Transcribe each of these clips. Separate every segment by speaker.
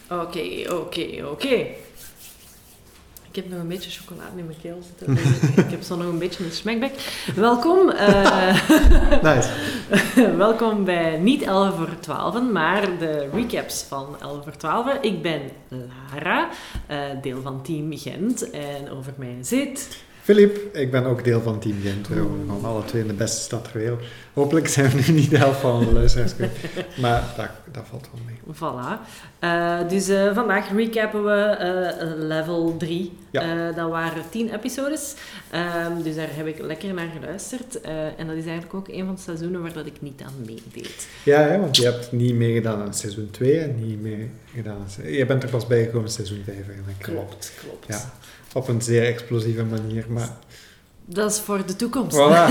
Speaker 1: Oké. Ik heb nog een beetje chocolade in mijn keel zitten. Dus ik heb zo nog een beetje een smackback. Welkom.
Speaker 2: Nice.
Speaker 1: Welkom bij niet 11 voor 12, maar de recaps van 11 voor 12. Ik ben Lara, deel van Team Gent. En over mij zit...
Speaker 2: Philip, ik ben ook deel van Team Gent. We gaan alle twee in de beste stad ter wereld. Hopelijk zijn we nu niet de helft van de luisteraars kwijt. Maar dat valt wel mee.
Speaker 1: Voilà. Dus vandaag recappen we level 3.
Speaker 2: Ja.
Speaker 1: Dat waren 10 episodes. Dus daar heb ik lekker naar geluisterd. En dat is eigenlijk ook een van de seizoenen waar dat ik niet aan meedeed.
Speaker 2: Ja, want je hebt niet meegedaan aan seizoen 2 en niet meegedaan aan... Je bent er pas bijgekomen in seizoen 5 eigenlijk.
Speaker 1: Klopt.
Speaker 2: Ja, op een zeer explosieve manier, maar...
Speaker 1: Dat is voor de toekomst.
Speaker 2: Voilà.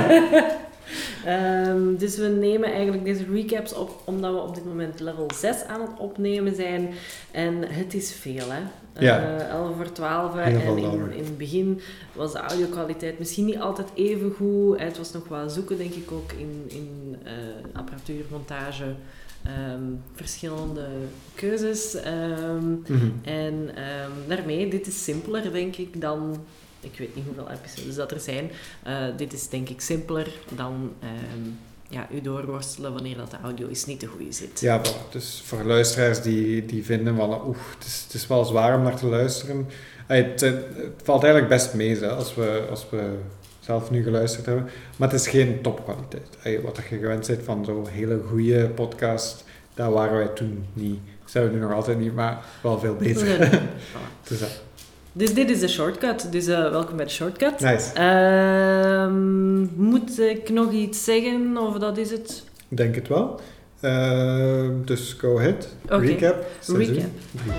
Speaker 1: Dus we nemen eigenlijk deze recaps op omdat we op dit moment level 6 aan het opnemen zijn. En het is veel, hè. 11 voor 12. En in het begin was de audio-kwaliteit misschien niet altijd even goed. Het was nog wel zoeken, denk ik, ook in apparatuur, montage. Verschillende keuzes. En daarmee, dit is simpeler, denk ik, dan... Ik weet niet hoeveel episodes dat er zijn. Dit is denk ik simpeler dan u doorworstelen wanneer dat de audio is niet te goede zit.
Speaker 2: Ja, voilà. Dus voor luisteraars die vinden van... het is wel zwaar om naar te luisteren. Het valt eigenlijk best mee, hè, als we zelf nu geluisterd hebben. Maar het is geen topkwaliteit. Wat je gewend bent van zo'n hele goede podcast, daar waren wij toen niet. Dat zijn we nu nog altijd niet, maar wel veel beter.
Speaker 1: Dus dit is de shortcut. Dus welkom bij de shortcut.
Speaker 2: Nice.
Speaker 1: Moet ik nog iets zeggen, of dat is het?
Speaker 2: Ik denk het wel. Dus go ahead.
Speaker 1: Okay.
Speaker 2: Recap. Seizoen 3.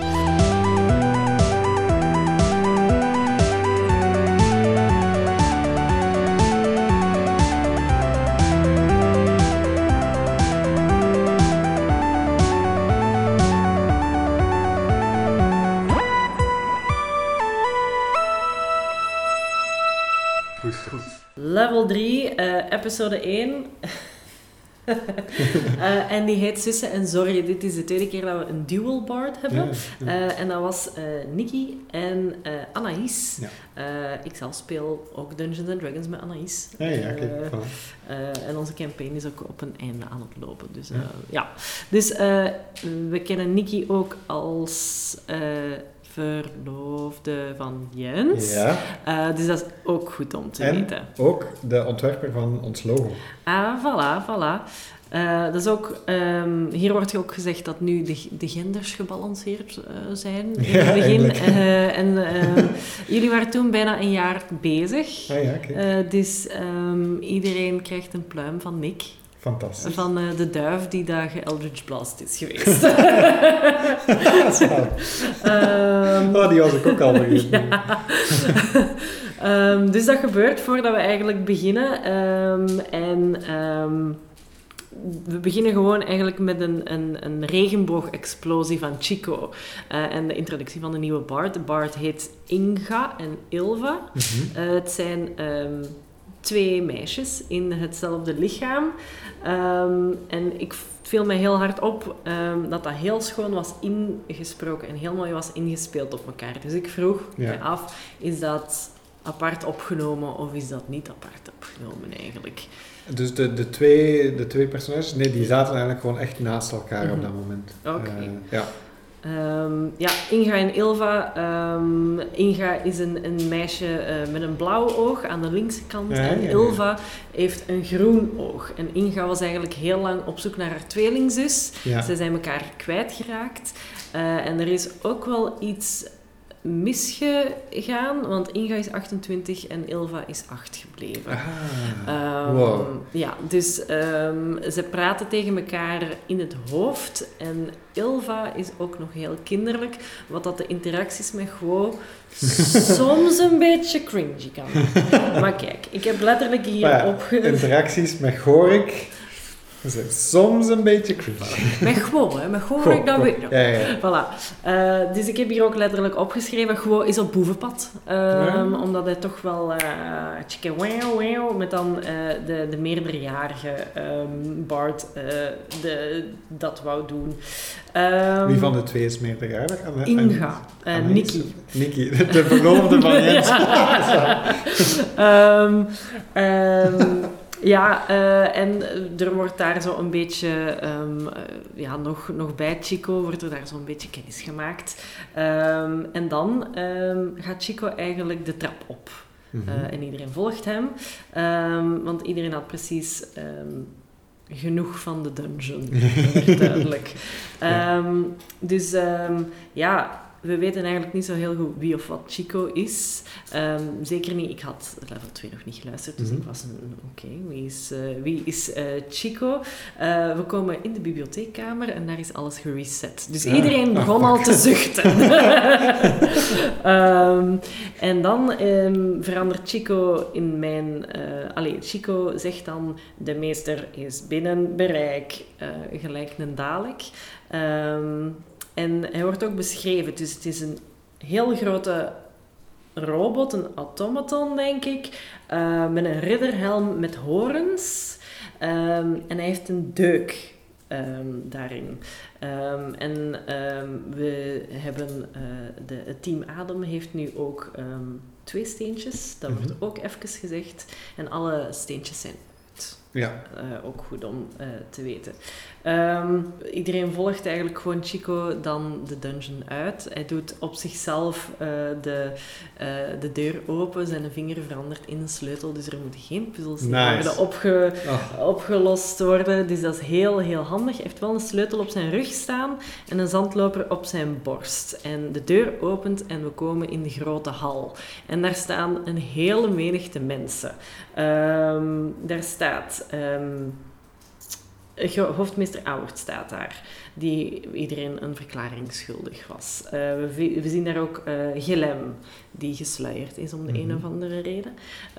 Speaker 1: Level 3, episode 1. En die heet Zussen en Zorgen. Dit is de tweede keer dat we een dual bard hebben. Ja. En dat was Nikki en Anaïs. Ja. Ik zelf speel ook Dungeons & Dragons met Anaïs. En onze campaign is ook op een einde aan het lopen. Dus Dus we kennen Nikki ook als... verloofde van Jens. Ja. Dus dat is ook goed om te weten.
Speaker 2: En ook de ontwerper van ons logo.
Speaker 1: Voilà. Dat is ook, hier wordt ook gezegd dat nu de genders gebalanceerd zijn in het begin. Jullie waren toen bijna een jaar bezig. Dus iedereen krijgt een pluim van Nick.
Speaker 2: Fantastisch.
Speaker 1: Van de duif die daar Eldritch Blast is geweest.
Speaker 2: Die was ik ook al vergeten.
Speaker 1: Ja. Dus dat gebeurt voordat we eigenlijk beginnen. We beginnen gewoon eigenlijk met een regenboogexplosie van Chico. En de introductie van de nieuwe bard. De bard heet Inga en Ilva. Mm-hmm. Het zijn... 2 meisjes in hetzelfde lichaam. En het viel mij heel hard op dat heel schoon was ingesproken en heel mooi was ingespeeld op elkaar. Dus ik vroeg me af, is dat apart opgenomen of is dat niet apart opgenomen eigenlijk?
Speaker 2: Dus de twee personages, nee, die zaten eigenlijk gewoon echt naast elkaar op dat moment.
Speaker 1: Oké.
Speaker 2: Ja.
Speaker 1: Inga en Ilva. Inga is een meisje met een blauw oog aan de linkse kant en Ilva heeft een groen oog. En Inga was eigenlijk heel lang op zoek naar haar tweelingzus. Ja. Ze zijn elkaar kwijtgeraakt. En er is ook wel iets misgegaan, want Inga is 28 en Ilva is 8 gebleven.
Speaker 2: Wow.
Speaker 1: Ja, dus ze praten tegen elkaar in het hoofd en Ilva is ook nog heel kinderlijk, wat dat de interacties met Guo soms een beetje cringy kan. Maar kijk, ik heb letterlijk hier
Speaker 2: interacties met Gorik Dat is soms een beetje cringe.
Speaker 1: Met gewoon, hè. Met gewoon, ik dat weet nog.
Speaker 2: Ja.
Speaker 1: Voilà. Dus ik heb hier ook letterlijk opgeschreven, gewoon is op boevenpad. Omdat hij toch wel chicken wow, met dan de meerderjarige Bart dat wou doen.
Speaker 2: Wie van de twee is meerderjarig?
Speaker 1: Inga. Nicky.
Speaker 2: Nicky, de verloofde van Jens.
Speaker 1: En er wordt daar zo een beetje, nog bij Chico wordt er daar zo een beetje kennis gemaakt. En dan gaat Chico eigenlijk de trap op. En iedereen volgt hem. Want iedereen had precies genoeg van de dungeon, duidelijk. We weten eigenlijk niet zo heel goed wie of wat Chico is. Zeker niet, ik had level 2 nog niet geluisterd, dus ik was wie is Chico? We komen in de bibliotheekkamer en daar is alles gereset. Dus iedereen begon al te zuchten. En dan verandert Chico in mijn... Chico zegt dan, de meester is binnen bereik, gelijk een Dalek. En hij wordt ook beschreven, dus het is een heel grote robot, een automaton, denk ik, met een ridderhelm met horens. En hij heeft een deuk daarin. We hebben... het team Adem heeft nu ook 2 steentjes, dat wordt ook even gezegd. En alle steentjes zijn
Speaker 2: Ja.
Speaker 1: Ook goed om te weten. Iedereen volgt eigenlijk gewoon Chico dan de dungeon uit. Hij doet op zichzelf de deur open. Zijn vinger verandert in een sleutel. Dus er moeten geen puzzels worden opgelost worden. Dus dat is heel, heel handig. Hij heeft wel een sleutel op zijn rug staan en een zandloper op zijn borst. En de deur opent en we komen in de grote hal. En daar staan een hele menigte mensen. Daar staat... hoofdmeester Auwert staat daar, die iedereen een verklaring schuldig was. We zien daar ook Gilem, die gesluierd is om de een of andere reden.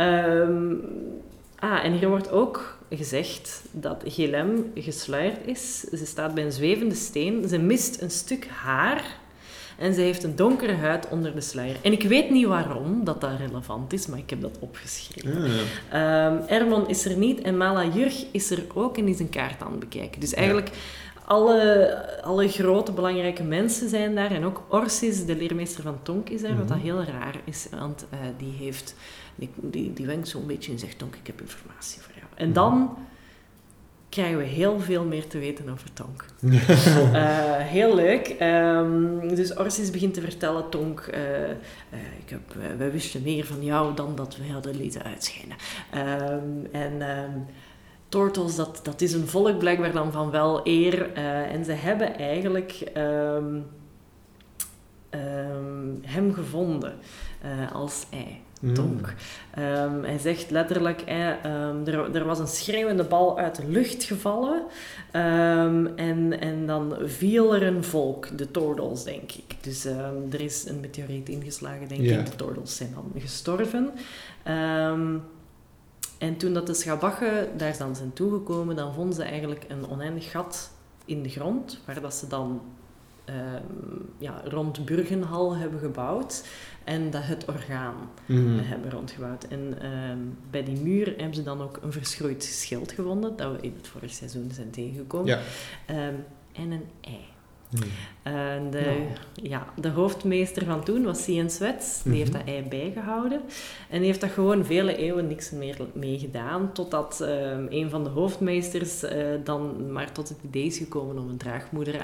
Speaker 1: En hier wordt ook gezegd dat Gilem gesluierd is. Ze staat bij een zwevende steen, ze mist een stuk haar... En ze heeft een donkere huid onder de sluier. En ik weet niet waarom dat relevant is, maar ik heb dat opgeschreven. Ermon is er niet en Mala Jurg is er ook en is een kaart aan het bekijken. Dus eigenlijk alle grote, belangrijke mensen zijn daar. En ook Orsis, de leermeester van Tonk, is daar, wat dat heel raar is. Want die wenkt zo'n beetje en zegt, Tonk, ik heb informatie voor jou. En dan... krijgen we heel veel meer te weten over Tonk. Heel leuk. Dus Orsis begint te vertellen, Tonk, wij wisten meer van jou dan dat we hadden laten uitschijnen. Tortels, dat is een volk blijkbaar dan van wel eer. En ze hebben eigenlijk hem gevonden als ei. Tonk. Hij zegt letterlijk, er was een schreeuwende bal uit de lucht gevallen en dan viel er een volk, de Tordels, denk ik. Dus er is een meteoriet ingeslagen, denk ik. De Tordels zijn dan gestorven. En toen dat de Schabachen daar dan zijn toegekomen, dan vonden ze eigenlijk een oneindig gat in de grond, waar dat ze dan rond Burgenhal hebben gebouwd en dat het orgaan hebben rondgebouwd. En bij die muur hebben ze dan ook een verschroeid schild gevonden, dat we in het vorige seizoen zijn tegengekomen. Ja. En een ei. De hoofdmeester van toen was Sien Swets. Die heeft dat ei bijgehouden. En die heeft dat gewoon vele eeuwen niks meer mee gedaan. Totdat een van de hoofdmeesters dan maar tot het idee is gekomen om een draagmoeder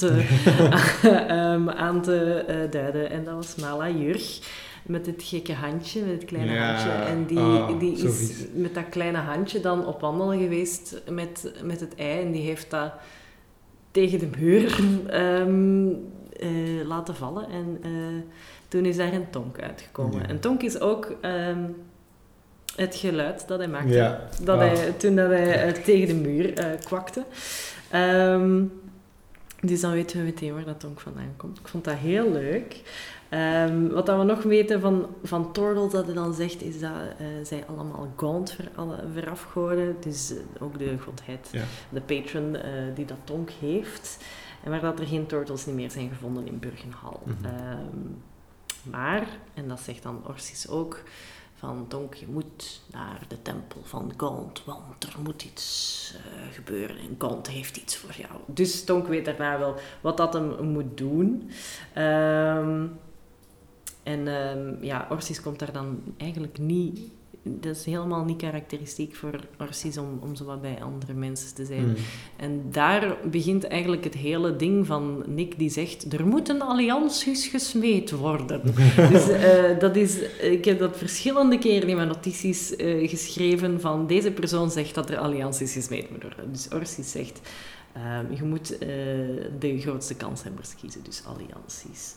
Speaker 1: aan te duiden. En dat was Mala Jurg. Met het gekke handje, met het kleine handje. En die is met dat kleine handje dan op wandel geweest met het ei. En die heeft dat tegen de muur laten vallen. En toen is daar een Tonk uitgekomen. Ja. En Tonk is ook het geluid dat hij maakte. Ja. Toen hij tegen de muur kwakte. Dus dan weten we meteen waar dat Tonk vandaan komt. Ik vond dat heel leuk. Wat we nog weten van Tortle, dat hij dan zegt, is dat zij allemaal Gaunt verafgoden. Dus ook de godheid, de patron die dat Tonk heeft. En waar dat er geen Turtles niet meer zijn gevonden in Burgenhal. Maar, en dat zegt dan Orsis ook, van Tonk, je moet naar de tempel van Gaunt, want er moet iets gebeuren en Gaunt heeft iets voor jou. Dus Tonk weet daarna wel wat dat hem moet doen. Orsis komt daar dan eigenlijk niet... Dat is helemaal niet karakteristiek voor Orsis om zo wat bij andere mensen te zijn. En daar begint eigenlijk het hele ding van Nick die zegt, er moeten allianties gesmeed worden. Dus dat is... Ik heb dat verschillende keren in mijn notities geschreven van deze persoon zegt dat er allianties gesmeed moeten worden. Dus Orsis zegt, je moet de grootste kanshebbers kiezen, dus allianties.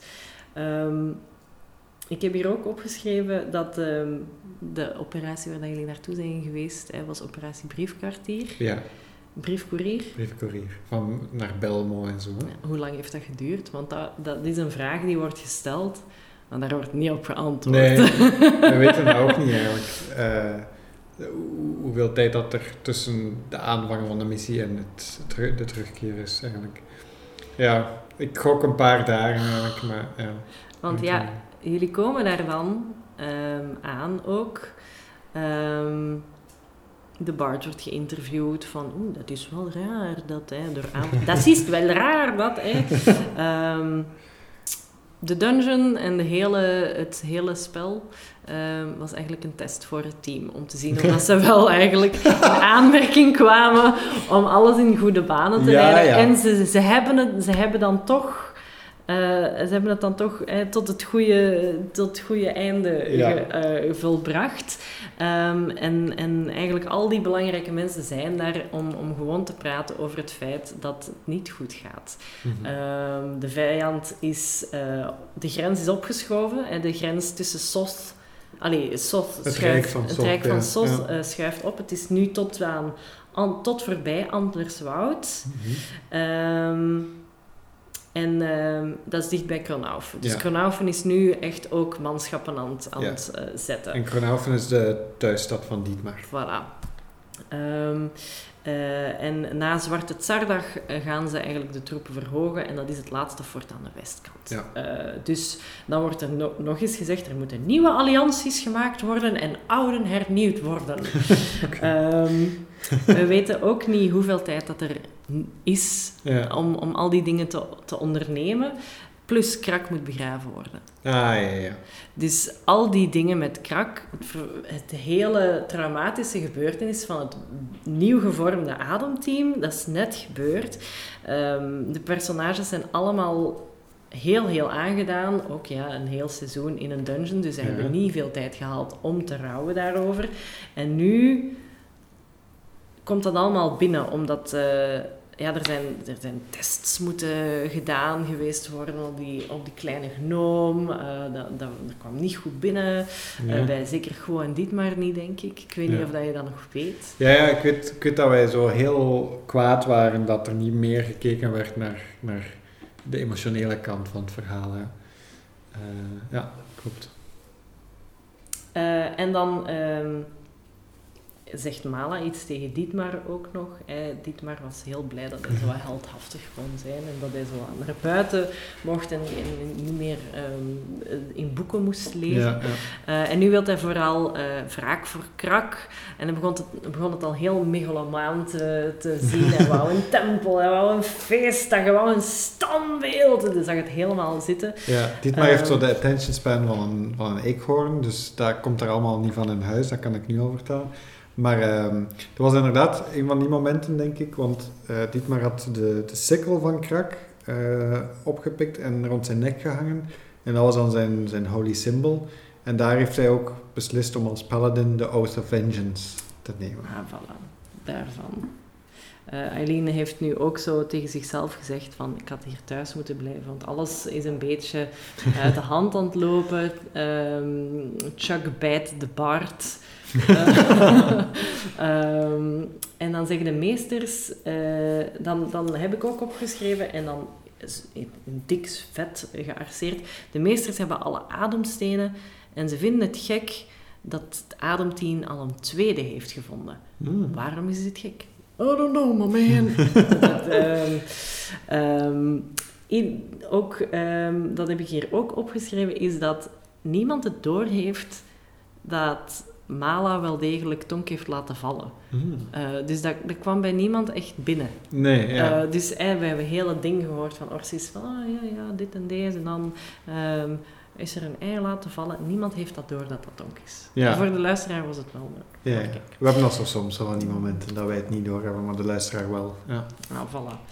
Speaker 1: Ik heb hier ook opgeschreven dat de operatie waar jullie naartoe zijn geweest, was operatie Briefkwartier.
Speaker 2: Ja.
Speaker 1: Briefcourier.
Speaker 2: Briefcourier. Van naar Belmo en zo.
Speaker 1: Ja, hoe lang heeft dat geduurd? Want dat is een vraag die wordt gesteld, maar daar wordt niet op geantwoord.
Speaker 2: Nee, we weten dat ook niet eigenlijk. Hoeveel tijd dat er tussen de aanvang van de missie en de terugkeer is eigenlijk. Ja, ik gok een paar dagen eigenlijk, maar ja.
Speaker 1: Want ja, jullie komen daar dan aan ook. De Bard wordt geïnterviewd van, dat is wel raar dat, dat is wel raar dat, de dungeon en het hele spel was eigenlijk een test voor het team. Om te zien of ze wel eigenlijk in aanmerking kwamen om alles in goede banen te leiden. Ja. En ze hebben dan toch... ze hebben het dan toch tot het goede einde volbracht. En eigenlijk al die belangrijke mensen zijn daar om gewoon te praten over het feit dat het niet goed gaat. De vijand is... de grens is opgeschoven. De grens tussen Soth...
Speaker 2: Het Rijk van Soth
Speaker 1: schuift op. Het is nu tot voorbij Antlerswoud. En dat is dicht bij Kronaufen. Dus Kronaufen is nu echt ook manschappen aan het zetten.
Speaker 2: En Kronaufen is de thuisstad van Dietmar.
Speaker 1: Voilà. En na Zwarte Tsardag gaan ze eigenlijk de troepen verhogen en dat is het laatste fort aan de westkant. Ja. Dus dan wordt er nog eens gezegd, er moeten nieuwe allianties gemaakt worden en ouden hernieuwd worden. We weten ook niet hoeveel tijd dat er is om al die dingen te ondernemen. Plus Krak moet begraven worden.
Speaker 2: Ja.
Speaker 1: Dus al die dingen met Krak, het hele traumatische gebeurtenis van het nieuw gevormde Ademteam, dat is net gebeurd. De personages zijn allemaal heel, heel aangedaan. Ook een heel seizoen in een dungeon, dus ze hebben niet veel tijd gehad om te rouwen daarover. En nu komt dat allemaal binnen, omdat... er zijn tests moeten gedaan geweest worden op die kleine gnoom. Dat kwam niet goed binnen. Bij zeker Go en Dietmar niet, denk ik. Ik weet niet of dat je dat nog weet.
Speaker 2: Ja, ik weet dat wij zo heel kwaad waren dat er niet meer gekeken werd naar de emotionele kant van het verhaal. Ja, klopt.
Speaker 1: En dan... zegt Mala iets tegen Dietmar ook nog. Dietmar was heel blij dat hij zo heldhaftig kon zijn en dat hij zo naar buiten mocht en niet meer in boeken moest lezen. Ja. En nu wil hij vooral wraak voor Krak. En hij begon het al heel megalomaan te zien. Hij wou een tempel, hij wou een feest, hij wou een standbeeld. Hij zag het helemaal zitten. Ja,
Speaker 2: Dietmar heeft zo de attention span van een eekhoorn, dus daar komt er allemaal niet van in huis, dat kan ik nu al vertellen. Maar dat was inderdaad een van die momenten, denk ik, want Dietmar had de sikkel van Krak opgepikt en rond zijn nek gehangen. En dat was dan zijn holy symbol. En daar heeft hij ook beslist om als paladin de Oath of Vengeance te nemen.
Speaker 1: Voilà, daarvan. Eileen heeft nu ook zo tegen zichzelf gezegd van ik had hier thuis moeten blijven, want alles is een beetje uit de hand aan het lopen. Chuck bijt de baard. En dan zeggen de meesters, dan heb ik ook opgeschreven en dan in dik vet gearseerd. De meesters hebben alle ademstenen en ze vinden het gek dat het ademteam al een tweede heeft gevonden. Waarom is dit gek? I don't know, my man. Dat heb ik hier ook opgeschreven, is dat niemand het doorheeft dat Mala wel degelijk Tonk heeft laten vallen. Dus dat kwam bij niemand echt binnen.
Speaker 2: Nee, ja.
Speaker 1: Dus we hebben hele ding gehoord van Orsis, van ja, dit en deze. En dan is er een ei laten vallen. Niemand heeft dat door dat dat Tonk is.
Speaker 2: Ja.
Speaker 1: Voor de luisteraar was het wel.
Speaker 2: Ja. We hebben dat zo soms van die momenten dat wij het niet doorhebben, maar de luisteraar wel. Ja.
Speaker 1: Nou, voilà.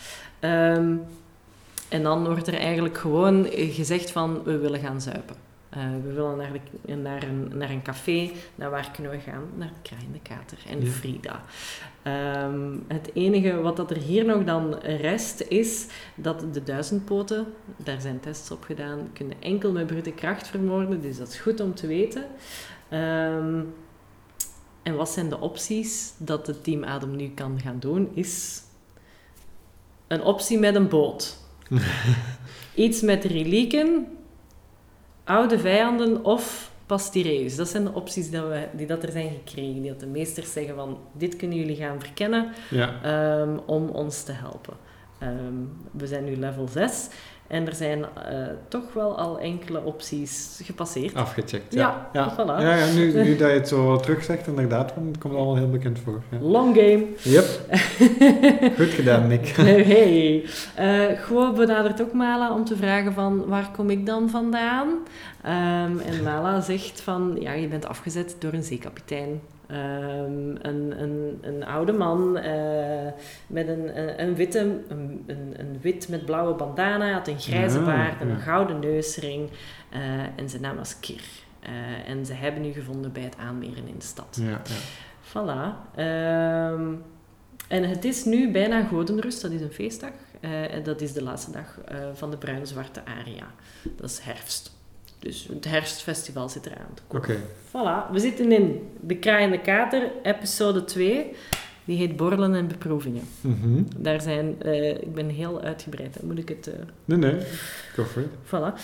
Speaker 1: En dan wordt er eigenlijk gewoon gezegd van, we willen gaan zuipen. We willen naar een café. Naar waar kunnen we gaan? Naar de Kraai en de Kater en Frida. Het enige wat dat er hier nog dan rest is dat de duizendpoten, daar zijn tests op gedaan, kunnen enkel met brute kracht vermoorden. Dus dat is goed om te weten. En wat zijn de opties dat het team Adem nu kan gaan doen? Is een optie met een boot. Iets met relieken, oude vijanden of Pastireus. Dat zijn de opties die er zijn gekregen. Die dat de meesters zeggen van, dit kunnen jullie gaan verkennen om ons te helpen. We zijn nu level 6 en er zijn toch wel al enkele opties gepasseerd.
Speaker 2: Afgecheckt,
Speaker 1: ja. Voilà.
Speaker 2: Ja, nu dat je het zo terugzegt, inderdaad, komt het allemaal heel bekend voor. Ja.
Speaker 1: Long game.
Speaker 2: Yep. Goed gedaan, Nick.
Speaker 1: Hey. Gewoon benadert ook Mala om te vragen van, waar kom ik dan vandaan? En Mala zegt van, ja, je bent afgezet door een zeekapitein. Een oude man met een wit met blauwe bandana. Hij had een grijze baard en een gouden neusring. En zijn naam was Kir. En ze hebben u gevonden bij het aanmeren in de stad.
Speaker 2: Ja.
Speaker 1: Voilà. En het is nu bijna Godenrust, dat is een feestdag. En dat is de laatste dag van de bruin-zwarte aria. Dat is herfst. Dus het herfstfestival zit eraan te komen.
Speaker 2: Oké.
Speaker 1: Voilà, we zitten in De Kraai en de Kater, episode 2. Die heet Borrelen en Beproevingen. Daar zijn... ik ben heel uitgebreid, hè. Moet ik het...
Speaker 2: Nee. Go for it.
Speaker 1: Voilà.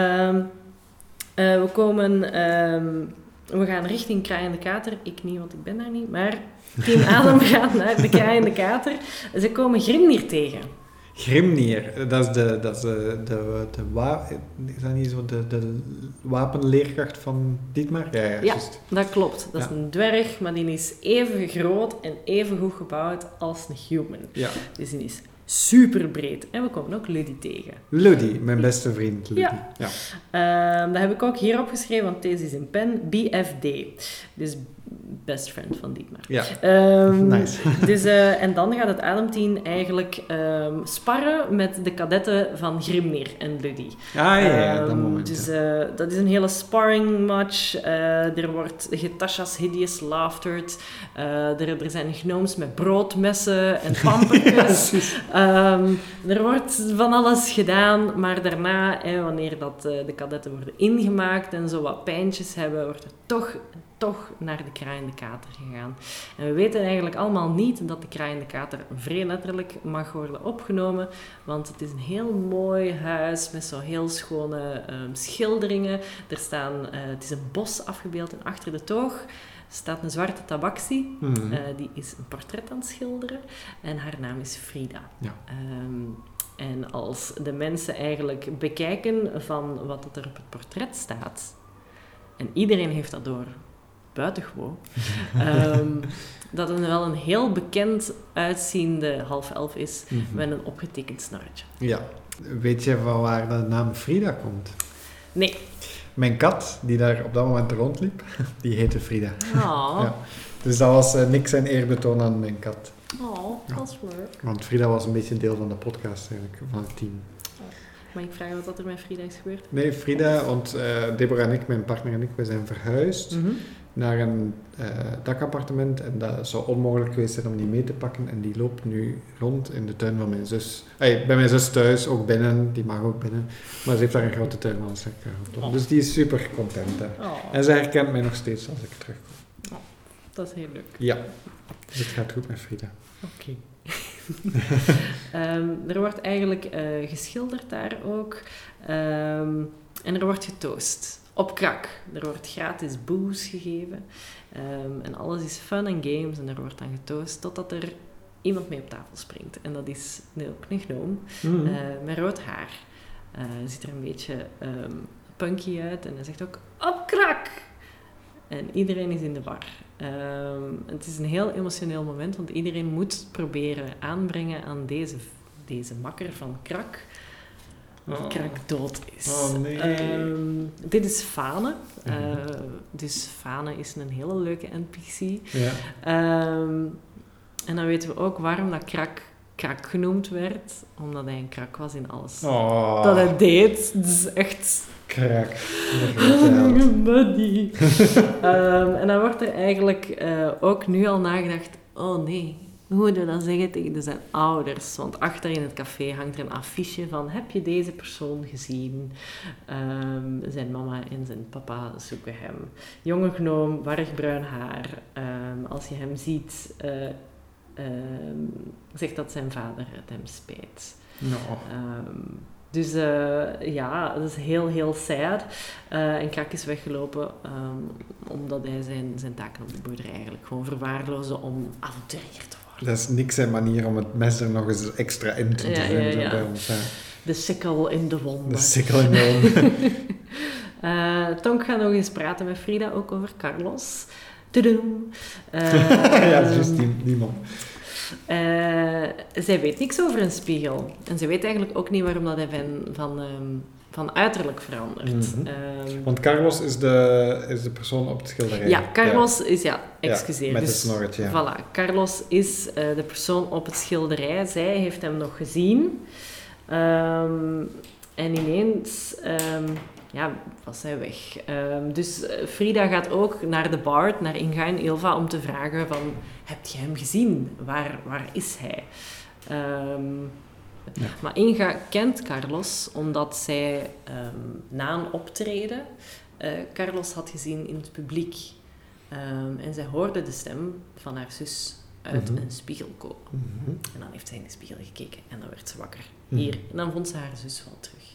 Speaker 1: We gaan richting Kraai en de Kater. Ik niet, want ik ben daar niet. Maar Team Adem gaat naar De Kraai en de Kater. Ze komen Grimnir tegen.
Speaker 2: Grimnir, dat is de wapenleerkracht van Dietmar? Ja,
Speaker 1: juist. Dat klopt. Dat is een dwerg, maar die is even groot en even goed gebouwd als een human. Ja. Dus die is super breed. En we komen ook Luddy tegen.
Speaker 2: Luddy, mijn beste vriend Luddy.
Speaker 1: Ja. Dat heb ik ook hier opgeschreven, want deze is in pen. BFD. Dus best friend van Dietmar. Ja,
Speaker 2: nice.
Speaker 1: Dus, en dan gaat het ademteam eigenlijk sparren met de kadetten van Grimnir en Luddy.
Speaker 2: Dat moment.
Speaker 1: Dus dat is een hele sparring match. Er wordt Getasha's hideous laughtered. Er zijn gnomes met broodmessen en pampertjes. Er wordt van alles gedaan, maar daarna, wanneer de kadetten worden ingemaakt en zo wat pijntjes hebben, wordt er toch naar de Kraai en de Kater gegaan. En we weten eigenlijk allemaal niet dat de Kraai en de Kater vrij letterlijk mag worden opgenomen, want het is een heel mooi huis met zo heel schone schilderingen. Het is een bos afgebeeld en achter de toog staat een zwarte tabaxi. Die is een portret aan het schilderen en haar naam is Frida. Ja. En als de mensen eigenlijk bekijken van wat er op het portret staat, en iedereen heeft dat door, buitengewoon, dat het wel een heel bekend uitziende half-elf is met een opgetekend snorretje.
Speaker 2: Ja. Weet je van waar de naam Frida komt?
Speaker 1: Nee.
Speaker 2: Mijn kat, die daar op dat moment rondliep, die heette Frida.
Speaker 1: Oh. Ja.
Speaker 2: Dus dat was niks zijn eerbetoon aan mijn kat.
Speaker 1: Oh, dat is leuk.
Speaker 2: Want Frida was een beetje deel van de podcast eigenlijk, van het team.
Speaker 1: Mag ik vragen wat er met Frida is gebeurd?
Speaker 2: Nee, Frida, want Deborah en ik, mijn partner en ik, we zijn verhuisd naar een dakappartement. En dat zou onmogelijk geweest zijn om die mee te pakken. En die loopt nu rond in de tuin van mijn zus. Bij mijn zus thuis, ook binnen. Die mag ook binnen. Maar ze heeft daar een grote tuin van. Dus die is super content. En ze herkent mij nog steeds als ik terugkom.
Speaker 1: Oh, dat is heel leuk.
Speaker 2: Ja, dus het gaat goed met Frida.
Speaker 1: Oké. Er wordt eigenlijk geschilderd daar ook. En er wordt getoost. Op krak. Er wordt gratis booze gegeven. En alles is fun en games. En er wordt dan getoost totdat er iemand mee op tafel springt. En dat is ook een gnoom met rood haar. Ziet er een beetje punky uit. En hij zegt ook, op krak! En iedereen is in de war. Het is een heel emotioneel moment, want iedereen moet proberen aanbrengen aan deze makker van krak. Dat krak dood is.
Speaker 2: Oh nee.
Speaker 1: Dit is Fane. Dus Fane is een hele leuke NPC.
Speaker 2: Ja.
Speaker 1: En dan weten we ook waarom dat krak genoemd werd. Omdat hij een krak was in alles. Dat hij deed. Het is echt...
Speaker 2: Krak.
Speaker 1: Buddy. En dan wordt er eigenlijk ook nu al nagedacht... Oh nee, hoe moet je dat zeggen tegen zijn ouders? Want achter in het café hangt er een affiche van... Heb je deze persoon gezien? Zijn mama en zijn papa zoeken hem. Jonge gnoom, warrig haar. Als je hem ziet... zegt dat zijn vader het hem spijt.
Speaker 2: No.
Speaker 1: Dus ja, dat is heel, heel sad. En Krak is weggelopen omdat hij zijn taken op de boerderij eigenlijk gewoon verwaarloosde om avonturier te worden.
Speaker 2: Dat is niks zijn manier om het mes er nog eens extra in te doen bij ons.
Speaker 1: De sikkel in de wonde.
Speaker 2: De sikkel in de wonde.
Speaker 1: Tonk gaat nog eens praten met Frida, ook over Carlos. Tudoem.
Speaker 2: Ja, dat is juist die man.
Speaker 1: Zij weet niks over een spiegel. En zij weet eigenlijk ook niet waarom dat hij van uiterlijk verandert.
Speaker 2: Want Carlos is de persoon op het schilderij.
Speaker 1: Ja, Carlos is... excuseer.
Speaker 2: Met
Speaker 1: dus,
Speaker 2: de snorret, ja.
Speaker 1: Voilà, Carlos is de persoon op het schilderij. Zij heeft hem nog gezien. En ineens... was hij weg. Dus Frida gaat ook naar de bard, naar Inga en Ilva, om te vragen van... Heb je hem gezien? Waar is hij? Maar Inga kent Carlos, omdat zij na een optreden Carlos had gezien in het publiek. En zij hoorde de stem van haar zus uit een spiegel komen. En dan heeft zij in de spiegel gekeken en dan werd ze wakker. Hier. En dan vond ze haar zus wel terug.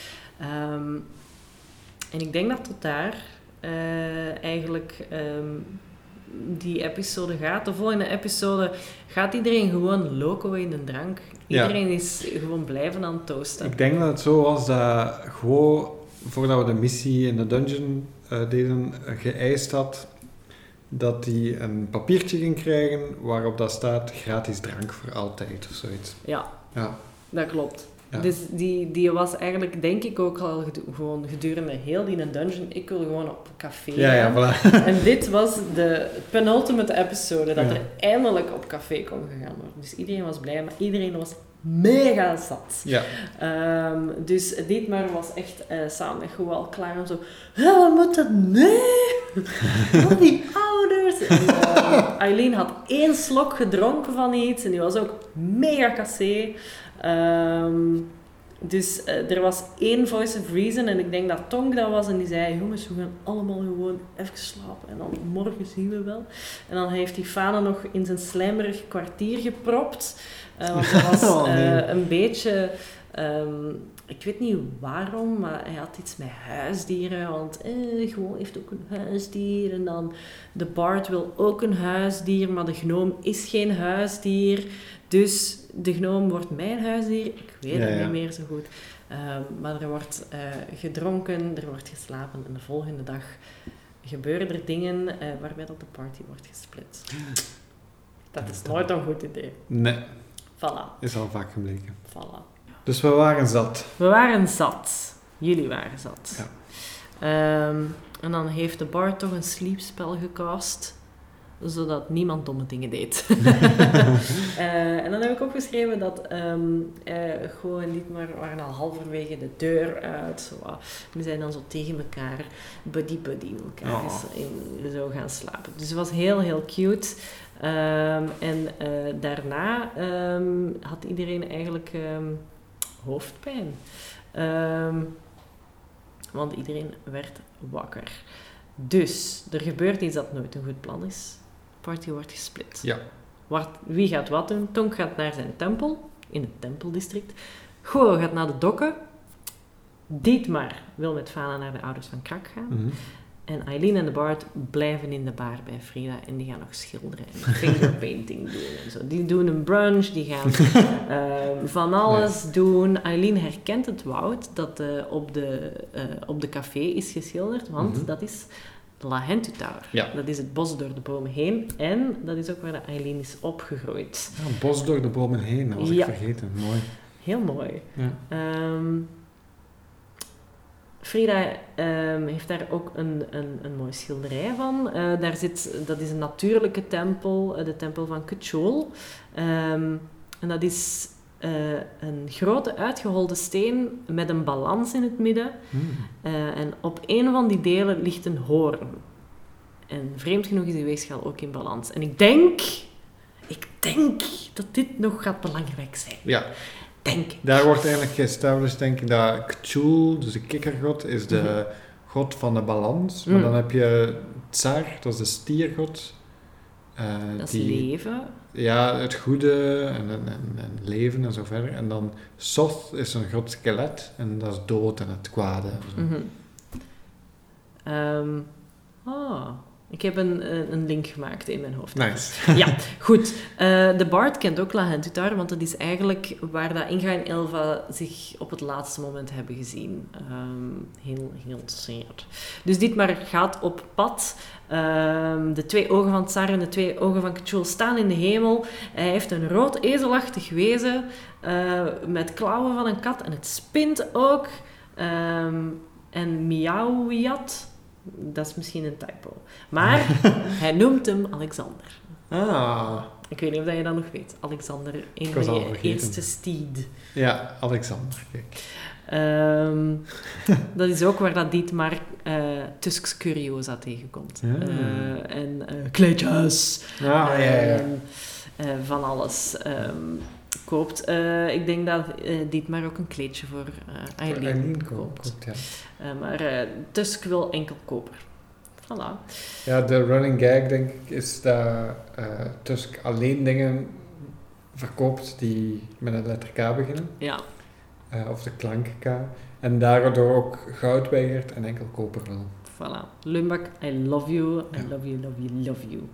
Speaker 1: En ik denk dat tot daar eigenlijk die episode gaat. De volgende episode gaat iedereen gewoon loco in de drank. Iedereen is gewoon blijven aan het toasten.
Speaker 2: Ik denk dat het zo was dat gewoon voordat we de missie in de dungeon deden, geëist had dat hij een papiertje ging krijgen waarop dat staat gratis drank voor altijd of zoiets.
Speaker 1: Ja. Dat klopt. Ja. Dus die was eigenlijk, denk ik, ook al gewoon gedurende heel die dungeon. Ik wil gewoon op café gaan.
Speaker 2: Voilà.
Speaker 1: En dit was de penultimate episode dat er eindelijk op café kon gegaan worden. Dus iedereen was blij, maar iedereen was mega zat.
Speaker 2: Ja.
Speaker 1: Dus Dietmar was echt samen met Goe al klaar om zo... we moeten... Nee! Al die ouders! En, Eileen had 1 slok gedronken van iets en die was ook mega cassé. Dus er was 1 voice of reason en ik denk dat Tonk dat was en die zei, jongens, we gaan allemaal gewoon even slapen en dan morgen zien we wel. En dan heeft die Fane nog in zijn slijmerig kwartier gepropt, want hij was een beetje, ik weet niet waarom, maar hij had iets met huisdieren, want gewoon heeft ook een huisdier en dan de bard wil ook een huisdier, maar de gnoom is geen huisdier. Dus de gnoom wordt mijn huisdier. Ik weet het niet meer zo goed. Maar er wordt gedronken, er wordt geslapen. En de volgende dag gebeuren er dingen waarbij dat de party wordt gesplit. Dat is nooit een goed idee.
Speaker 2: Nee.
Speaker 1: Voilà.
Speaker 2: Is al vaak gebleken.
Speaker 1: Voilà.
Speaker 2: Dus we waren zat.
Speaker 1: We waren zat. Jullie waren zat.
Speaker 2: Ja.
Speaker 1: En dan heeft de bard toch een sleepspel gecast. zodat niemand domme dingen deed. En dan heb ik opgeschreven dat Go en Dietmar waren al halverwege de deur uit. We zijn dan zo tegen elkaar buddy in elkaar zo gaan slapen. Dus het was heel, heel cute. En daarna had iedereen eigenlijk hoofdpijn. Want iedereen werd wakker. Dus er gebeurt iets dat nooit een goed plan is. Party wordt gesplit.
Speaker 2: Ja.
Speaker 1: Wie gaat wat doen? Tonk gaat naar zijn tempel, in het tempeldistrict. Go gaat naar de dokken. Dietmar wil met Fana naar de ouders van Krak gaan.
Speaker 2: Mm-hmm.
Speaker 1: En Eileen en de Bart blijven in de bar bij Frida en die gaan nog schilderen en fingerpainting doen en zo. Die doen een brunch, die gaan van alles doen. Eileen herkent het woud dat op de café is geschilderd, want dat is de La Hentu Tower. Ja. Dat is het bos door de bomen heen en dat is ook waar de Eileen is opgegroeid.
Speaker 2: Ja, een bos door de bomen heen, dat was ik vergeten. Mooi.
Speaker 1: Heel mooi. Ja. Frida heeft daar ook een mooie schilderij van. Dat is een natuurlijke tempel, de tempel van Cthulhu. En dat is een grote uitgeholde steen met een balans in het midden. En op een van die delen ligt een hoorn. En vreemd genoeg is die weegschaal ook in balans. En ik denk dat dit nog gaat belangrijk zijn.
Speaker 2: Ja. Daar wordt eigenlijk geestablished, denk ik, dat Cthulhu, dus de kikkergod, is de god van de balans. Maar dan heb je Tsar, dat is de stiergod.
Speaker 1: Dat is leven.
Speaker 2: Ja, het goede en leven en zo verder. En dan Soth is een god skelet en dat is dood en het kwade.
Speaker 1: Ik heb een link gemaakt in mijn hoofd.
Speaker 2: Nice.
Speaker 1: Ja, goed. De Bard kent ook La Hentu Tower, want dat is eigenlijk waar dat Inga en Elva zich op het laatste moment hebben gezien. Heel, heel zeer. Dus Dietmar gaat op pad. De 2 ogen van Tsar en de 2 ogen van Cthulhu staan in de hemel. Hij heeft een rood ezelachtig wezen met klauwen van een kat en het spint ook. En Miauwiat, dat is misschien een typo. Maar hij noemt hem Alexander. Ik weet niet of je dat nog weet. Alexander, een van je eerste steed.
Speaker 2: Ja, Alexander, kijk.
Speaker 1: Dat is ook waar dat Dietmar Tusks Curiosa tegenkomt. En kleedjes. Van alles koopt. Ik denk dat Dietmar ook een kleedje voor Eileen koopt. Maar Tusk wil enkel koper. Voilà.
Speaker 2: Ja, de running gag, denk ik, is dat Tusk alleen dingen verkoopt die met een letter K beginnen.
Speaker 1: Ja.
Speaker 2: Of de klank K. En daardoor ook goud weigert en enkel koper wil.
Speaker 1: Voilà. Lumbak, I love you. I love you, love you, love you.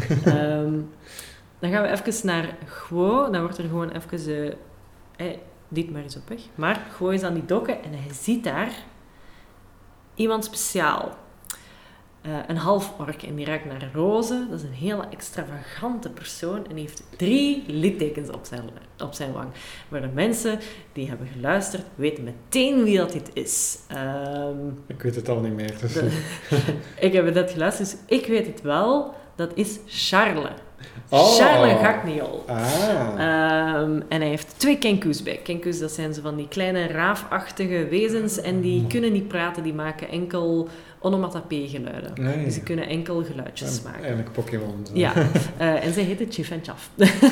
Speaker 1: Dan gaan we even naar Guo. Dan wordt er gewoon even... Dietmar is op weg. Maar Guo is aan die dokken en hij ziet daar iemand speciaal. Een half-ork en die ruikt naar rozen. Dat is een hele extravagante persoon en die heeft 3 littekens op zijn wang. Maar de mensen die hebben geluisterd weten meteen wie dat dit is.
Speaker 2: Ik weet het al niet meer. Dus.
Speaker 1: Ik heb het net geluisterd, dus ik weet het wel. Dat is Charles. Charles Gagniol. En hij heeft 2 kenkus bij. Kenkus, dat zijn zo van die kleine raafachtige wezens en die kunnen niet praten, die maken enkel onomatopee-geluiden. Nee. Dus die kunnen enkel geluidjes maken.
Speaker 2: Eigenlijk Pokémon.
Speaker 1: Ja, en zij heten Chif en Chaf.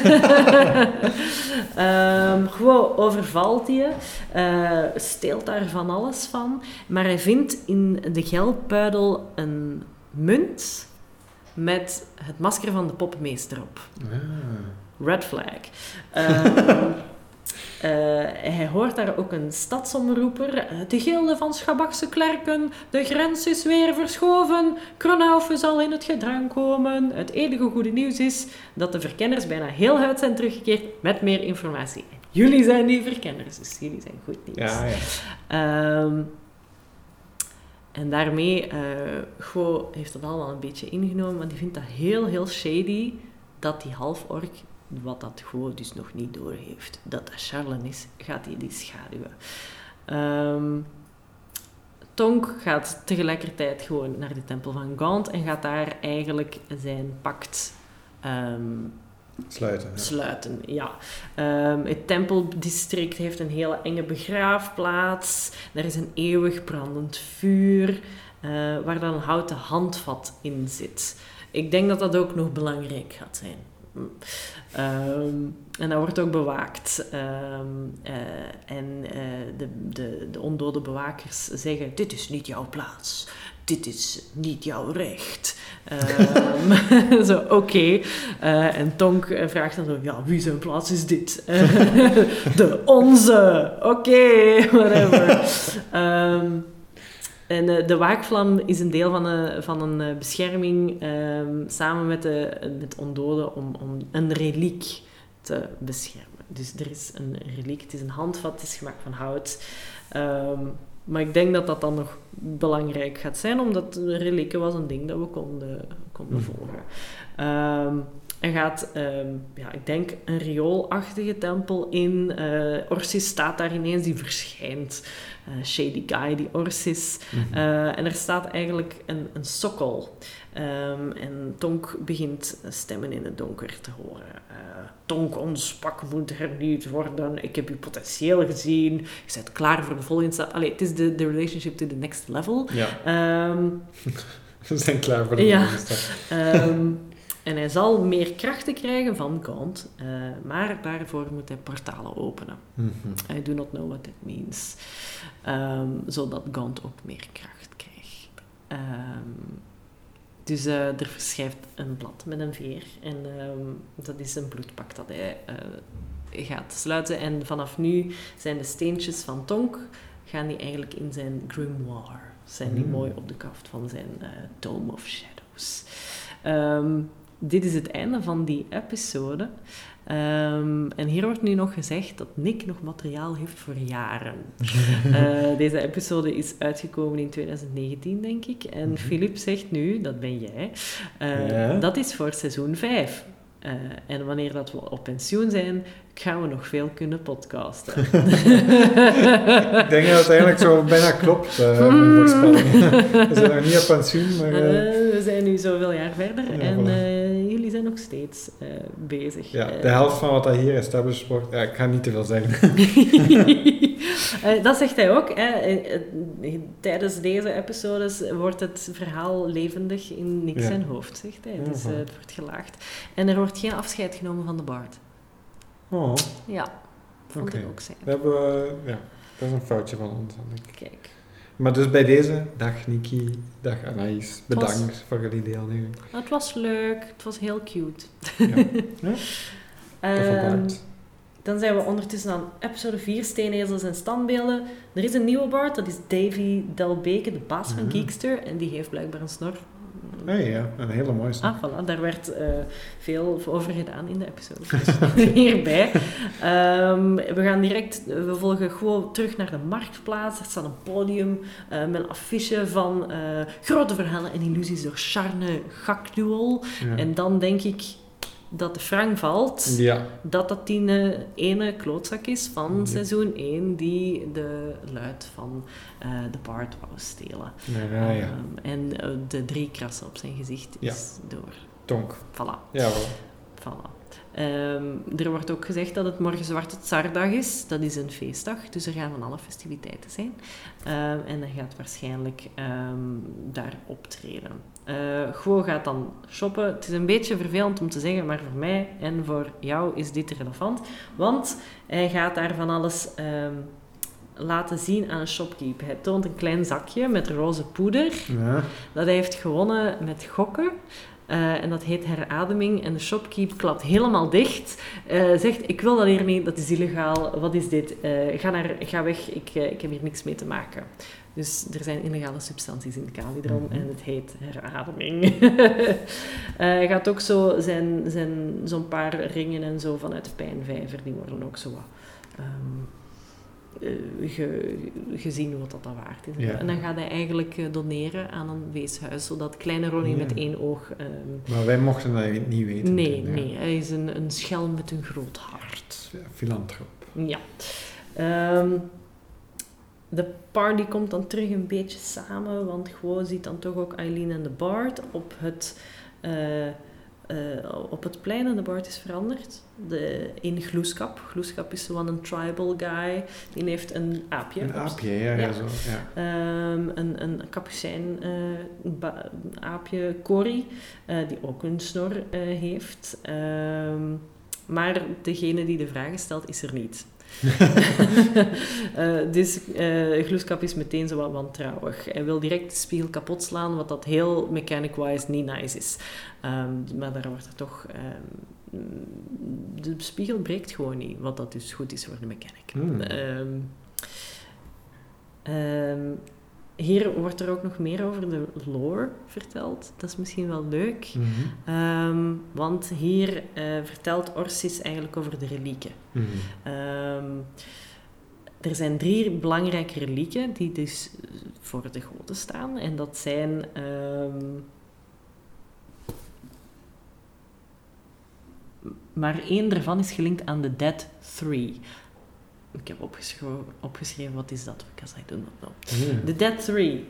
Speaker 1: Gewoon overvalt hij, steelt daar van alles van, maar hij vindt in de geldpuidel een munt met het masker van de popmeester op. Red flag. Hij hoort daar ook een stadsomroeper. De gilde van Schabakse klerken. De grens is weer verschoven. Kronaufe zal in het gedrang komen. Het enige goede nieuws is dat de verkenners bijna heel uit zijn teruggekeerd met meer informatie. Jullie zijn die verkenners, dus jullie zijn goed nieuws. Ja. En daarmee, Guo heeft dat allemaal een beetje ingenomen, want die vindt dat heel, heel shady dat die half-ork, wat dat Guo dus nog niet doorheeft, dat Charles is, gaat hij die schaduwen. Tonk gaat tegelijkertijd gewoon naar de tempel van Gaunt en gaat daar eigenlijk zijn pact sluiten. Ja. Het tempeldistrict heeft een hele enge begraafplaats. Er is een eeuwig brandend vuur waar dan een houten handvat in zit. Ik denk dat dat ook nog belangrijk gaat zijn. En dat wordt ook bewaakt. De ondode bewakers zeggen, dit is niet jouw plaats. Dit is niet jouw recht. Zo, oké. En Tonk vraagt dan zo, ja, wie zijn plaats is dit? De onze. Oké, whatever. En de waakvlam is een deel van een bescherming samen met ondoden om een reliek te beschermen. Dus er is een reliek, het is een handvat, het is gemaakt van hout. Maar ik denk dat dat dan nog belangrijk gaat zijn, omdat relieken was een ding dat we konden volgen. Er gaat, ik denk, een rioolachtige tempel in. Orsis staat daar ineens, die verschijnt. Shady guy, die Orsis. En er staat eigenlijk een sokkel. En Tonk begint stemmen in het donker te horen. Tonk, ons pak moet hernieuwd worden. Ik heb uw potentieel gezien. Je bent klaar voor de volgende stap. Allee, het is de relationship to the next level.
Speaker 2: Ja. We zijn klaar voor de volgende stap.
Speaker 1: En hij zal meer krachten krijgen van Gaunt, maar daarvoor moet hij portalen openen. I do not know what that means. Zodat Gaunt ook meer kracht krijgt. Dus er verschijnt een blad met een veer. En dat is een bloedpact dat hij gaat sluiten. En vanaf nu zijn de steentjes van Tonk gaan die eigenlijk in zijn grimoire. Zijn die mooi op de kaft van zijn Tome of Shadows. Dit is het einde van die episode. En hier wordt nu nog gezegd dat Nick nog materiaal heeft voor jaren. Deze episode is uitgekomen in 2019, denk ik. En Philip zegt nu, dat ben jij, dat is voor seizoen 5. En wanneer dat we op pensioen zijn, gaan we nog veel kunnen podcasten.
Speaker 2: Ik denk dat het eigenlijk zo bijna klopt, mijn voorspelling. We zijn nog niet op pensioen, maar...
Speaker 1: we zijn nu zoveel jaar verder en jullie zijn nog steeds bezig.
Speaker 2: Ja, de helft van wat dat hier established wordt, ik ga niet te veel zeggen.
Speaker 1: Dat zegt hij ook. Tijdens deze episodes wordt het verhaal levendig in Nick zijn hoofd, zegt hij. Dus het wordt gelaagd. En er wordt geen afscheid genomen van de Bard.
Speaker 2: Oh.
Speaker 1: Ja, vond ik ook zijn.
Speaker 2: Dat is een foutje van ons, denk ik.
Speaker 1: Kijk.
Speaker 2: Maar dus bij deze, dag Niki, dag Anaïs, bedankt voor jullie deelneming.
Speaker 1: Het was leuk, het was heel cute. Dan zijn we ondertussen aan episode 4, Steenezels en standbeelden. Er is een nieuwe bard, dat is Davy Delbeke, de baas van Geekster. En die heeft blijkbaar een snor.
Speaker 2: Ja, een hele mooie snor.
Speaker 1: Voilà, daar werd veel over gedaan in de episode. Dus hierbij. We volgen gewoon terug naar de marktplaats. Er staat een podium met een affiche van grote verhalen en illusies door Charne Gakduol. Ja. En dan denk ik dat de frank valt, dat die ene klootzak is van seizoen 1 die de luid van de Bard wou stelen. En de 3 krassen op zijn gezicht is door
Speaker 2: Tonk.
Speaker 1: Voilà.
Speaker 2: Ja,
Speaker 1: voilà. Er wordt ook gezegd dat het morgen Zwarte Tsardag is. Dat is een feestdag, dus er gaan van alle festiviteiten zijn. En hij gaat waarschijnlijk daar optreden. Guo gaat dan shoppen. Het is een beetje vervelend om te zeggen, maar voor mij en voor jou is dit relevant. Want hij gaat daar van alles laten zien aan een shopkeep. Hij toont een klein zakje met roze poeder dat hij heeft gewonnen met gokken. En dat heet herademing. En de shopkeep klapt helemaal dicht. Zegt, ik wil dat hier niet, dat is illegaal. Wat is dit? Ga weg, ik heb hier niks mee te maken. Dus er zijn illegale substanties in het kalidron en het heet herademing. Hij gaat ook zo zo'n paar ringen en zo vanuit de pijnvijver, die worden ook zo gezien wat dat waard is. En dan gaat hij eigenlijk doneren aan een weeshuis, zodat kleine Ronnie met 1 oog...
Speaker 2: maar wij mochten dat niet weten.
Speaker 1: Nee, hij is een schelm met een groot hart.
Speaker 2: Ja, filantroop.
Speaker 1: Ja. de party komt dan terug een beetje samen, want gewoon ziet dan toch ook Eileen en de Bard op het plein en de Bard is veranderd. In Gloeskap. Gloeskap is zo'n een tribal guy. Die heeft een aapje.
Speaker 2: Een aapje, ja. Zo, ja.
Speaker 1: Een kapucijn aapje, Cory, die ook een snor heeft. Maar degene die de vragen stelt, is er niet. Dus Gloeskap is meteen zo wat wantrouwig. Hij wil direct de spiegel kapot slaan, wat dat heel mechanic-wise niet nice is. Maar daar wordt er toch... de spiegel breekt gewoon niet, wat dat dus goed is voor de mechanic. Hier wordt er ook nog meer over de lore verteld. Dat is misschien wel leuk. Mm-hmm. Want hier vertelt Orsis eigenlijk over de relieken. Mm-hmm. Er zijn 3 belangrijke relieken die dus voor de goden staan. En dat zijn... maar 1 daarvan is gelinkt aan de Dead 3. Ik heb opgeschreven wat is dat, because I do not know. De Dead 3.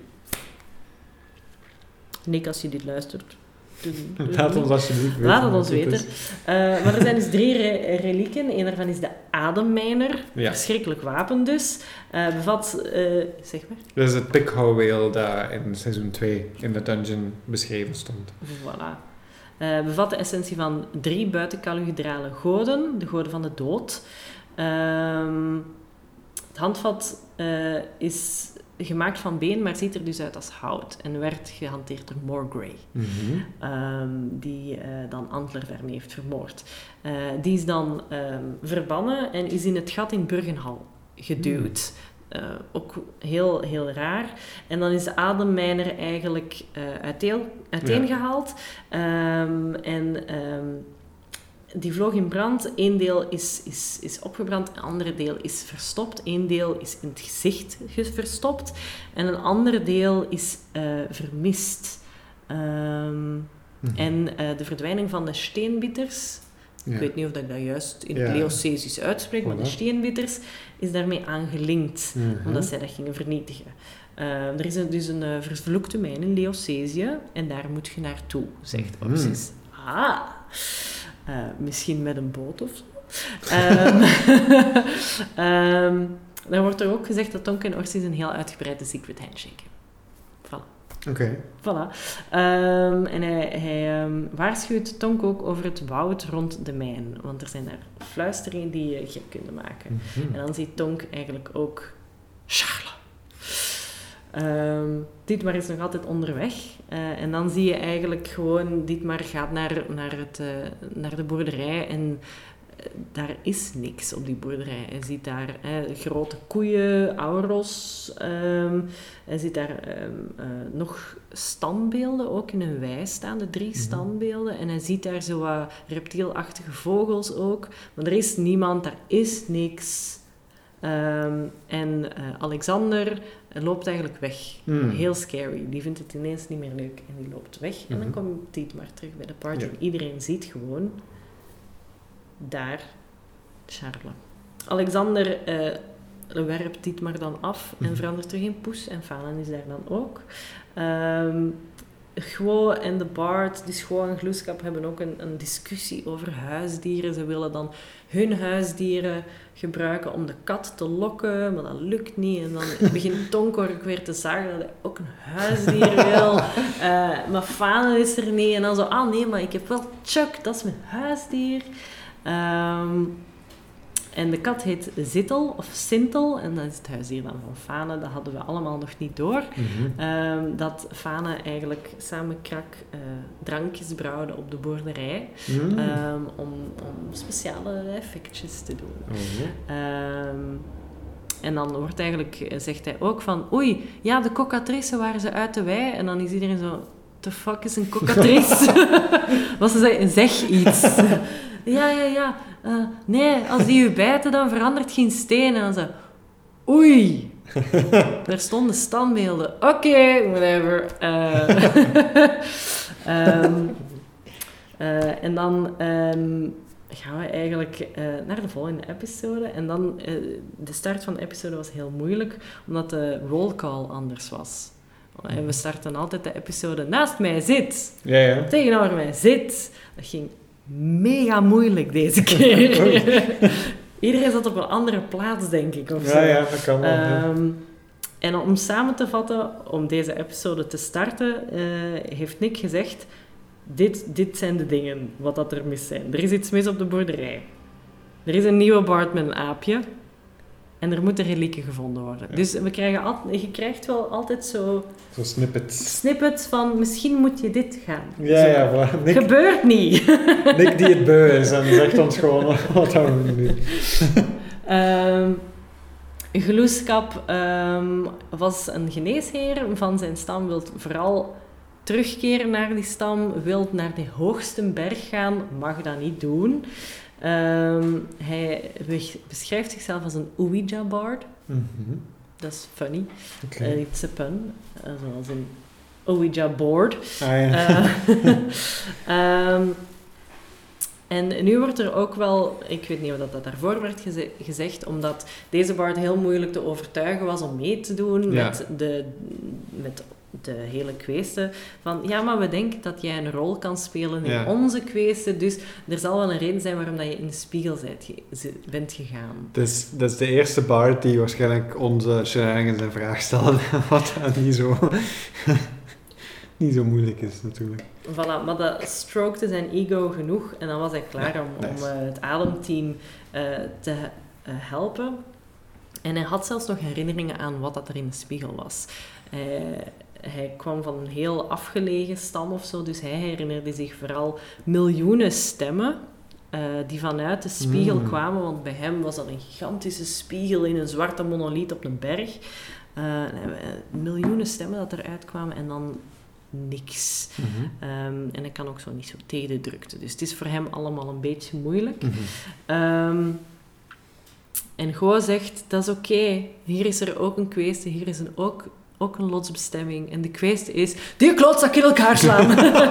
Speaker 1: Nick, als je dit luistert.
Speaker 2: Laat ons alsjeblieft weten.
Speaker 1: Laat het ons weten. Maar er zijn dus 3 relieken. Eén daarvan is de Ademmijner. Ja. Verschrikkelijk wapen dus. Bevat... zeg maar.
Speaker 2: Dat is het Pickhole Whale dat in seizoen 2 in de dungeon beschreven stond.
Speaker 1: Voilà. Bevat de essentie van 3 buitenkaludrale goden. De goden van de dood. Het handvat is gemaakt van been, maar ziet er dus uit als hout. En werd gehanteerd door Morgrey. Mm-hmm. Die dan Antlervern heeft vermoord. Die is dan verbannen en is in het gat in Burgenhal geduwd. Ook heel, heel raar. En dan is de Ademmijner eigenlijk uiteengehaald. Die vloog in brand. 1 deel is opgebrand, een andere deel is verstopt. 1 deel is in het gezicht verstopt. En een ander deel is vermist. En de verdwijning van de steenbitters... Ja. Ik weet niet of ik dat juist in het Leocesisch uitspreek, maar de steenbitters is daarmee aangelinkt, omdat zij dat gingen vernietigen. Er is dus een vervloekte mijn in Leocesië en daar moet je naartoe, zegt Orsis. Misschien met een boot of zo. Dan wordt er ook gezegd dat Tonk en Orsis een heel uitgebreide secret handshake hebben.
Speaker 2: Oké.
Speaker 1: Voilà. En hij waarschuwt Tonk ook over het woud rond de mijn. Want er zijn daar fluisteringen die je gek kunnen maken. Mm-hmm. En dan ziet Tonk eigenlijk ook Charles. Dietmar is nog altijd onderweg. En dan zie je eigenlijk gewoon... Dietmar gaat naar de boerderij en... Daar is niks op die boerderij. Je ziet daar grote koeien, auros. Je ziet daar nog standbeelden, ook in een wei staan, de 3 standbeelden. En hij ziet daar zo wat reptielachtige vogels ook. Maar er is niemand, daar is niks. En Alexander loopt eigenlijk weg. Heel scary. Die vindt het ineens niet meer leuk en die loopt weg. En dan komt Dietmar terug bij de party. En iedereen ziet gewoon... Daar, Charles. Alexander werpt Dietmar dan af en verandert terug in poes. En Fanen is daar dan ook. Gwo en de Bard, dus Gwo en Gloeskap, hebben ook een discussie over huisdieren. Ze willen dan hun huisdieren gebruiken om de kat te lokken, maar dat lukt niet. En dan begint Tonk ook weer te zagen dat hij ook een huisdier wil. Maar Fanen is er niet. En dan zo, nee, maar ik heb wel Chuck, dat is mijn huisdier. En de kat heet Zittel of Sintel en dat is het huisdier dan van Fane. Dat hadden we allemaal nog niet door. Dat Fane eigenlijk samen drankjes brouwde op de boerderij om speciale effectjes te doen. En dan wordt eigenlijk, zegt hij ook van, oei, ja, de cocatrice waren ze uit de wei. En dan is iedereen zo, the fuck is een cocatrice? Wat ze zeggen, zeg iets. Ja. Nee, als die u bijten, dan verandert geen steen. En dan zei oei. Daar stonden standbeelden. Oké, whatever. En dan gaan we eigenlijk naar de volgende episode. En dan, de start van de episode was heel moeilijk, omdat de roll call anders was. En we starten altijd de episode naast mij zit.
Speaker 2: Ja.
Speaker 1: Tegenover mij zit. Dat ging mega moeilijk deze keer. Iedereen zat op een andere plaats, denk ik. Of zo.
Speaker 2: Ja, dat kan wel.
Speaker 1: En om samen te vatten, om deze episode te starten, heeft Nick gezegd... Dit zijn de dingen, wat dat er mis zijn. Er is iets mis op de boerderij. Er is een nieuwe Bart met een aapje. En er moeten relieken gevonden worden. Ja. Dus je krijgt wel altijd zo snippets van, misschien moet je dit gaan.
Speaker 2: Ja, voilà. Nick,
Speaker 1: gebeurt niet.
Speaker 2: Nick die het beu is en zegt ons gewoon wat we moeten doen.
Speaker 1: Gloeskap was een geneesheer van zijn stam, wil vooral terugkeren naar die stam, wil naar de hoogste berg gaan, mag dat niet doen. Hij beschrijft zichzelf als een Ouija-bard.
Speaker 2: Mm-hmm.
Speaker 1: Dat is funny.
Speaker 2: Okay.
Speaker 1: It's a pun. Zoals een Ouija-board. En nu wordt er ook wel... Ik weet niet of dat daarvoor werd gezegd, omdat deze bard heel moeilijk te overtuigen was om mee te doen met de hele kweesten. Van, ja, maar we denken dat jij een rol kan spelen in onze kweesten, dus er zal wel een reden zijn waarom dat je in de spiegel bent gegaan.
Speaker 2: Dus dat is de eerste bard die waarschijnlijk onze shenanigans in vraag stellen, wat dat niet zo moeilijk is, natuurlijk.
Speaker 1: Voilà, maar dat strokte zijn ego genoeg en dan was hij klaar om het ademteam te helpen. En hij had zelfs nog herinneringen aan wat dat er in de spiegel was. Hij kwam van een heel afgelegen stam of zo, dus hij herinnerde zich vooral miljoenen stemmen die vanuit de spiegel kwamen, want bij hem was dat een gigantische spiegel in een zwarte monoliet op een berg. Miljoenen stemmen dat eruit kwamen en dan niks.
Speaker 2: Mm-hmm.
Speaker 1: En hij kan ook zo niet zo tegen de drukte. Dus het is voor hem allemaal een beetje moeilijk.
Speaker 2: Mm-hmm.
Speaker 1: En Goh zegt, dat is oké. Hier is er ook een kweeste, hier is ook een lotsbestemming. En de kweeste is, die klootzak in elkaar slaan.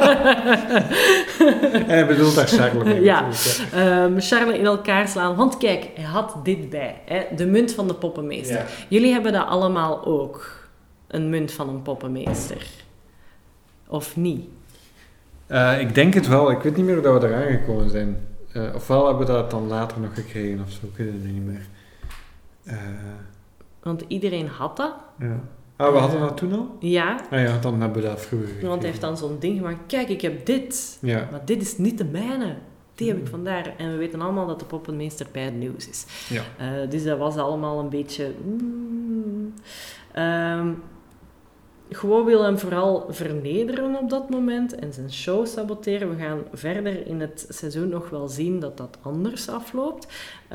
Speaker 2: En hij bedoelt daar Charles mee.
Speaker 1: Ja, Charles in elkaar slaan. Want kijk, hij had dit bij. Hè? De munt van de poppenmeester. Ja. Jullie hebben dat allemaal ook. Een munt van een poppenmeester. Of niet?
Speaker 2: Ik denk het wel. Ik weet niet meer hoe we eraan gekomen zijn. Ofwel hebben we dat dan later nog gekregen of zo. Ik weet het niet meer.
Speaker 1: Want iedereen had dat.
Speaker 2: Ja. We hadden dat toen al?
Speaker 1: Ja.
Speaker 2: Ja, dan hebben we dat vroeger gekregen.
Speaker 1: Want hij heeft dan zo'n ding gemaakt. Kijk, ik heb dit. Ja. Maar dit is niet de mijne. Die heb ik vandaar. En we weten allemaal dat de poppenmeester bad news is.
Speaker 2: Ja.
Speaker 1: Dus dat was allemaal een beetje... Gewoon wil hem vooral vernederen op dat moment en zijn show saboteren. We gaan verder in het seizoen nog wel zien dat dat anders afloopt.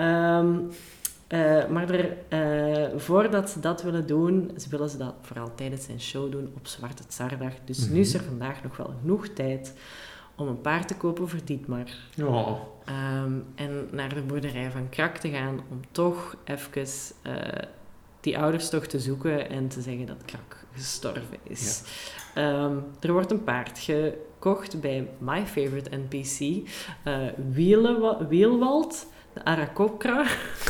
Speaker 1: Maar voordat ze dat willen doen, willen ze dat vooral tijdens zijn show doen op Zwarte Tsardag. Dus nu is er vandaag nog wel genoeg tijd om een paard te kopen voor Dietmar.
Speaker 2: Oh.
Speaker 1: En naar de boerderij van Krak te gaan om toch even die ouders toch te zoeken en te zeggen dat Krak gestorven is. Ja. Er wordt een paard gekocht bij My Favorite NPC, Wielwald, de Arakokra.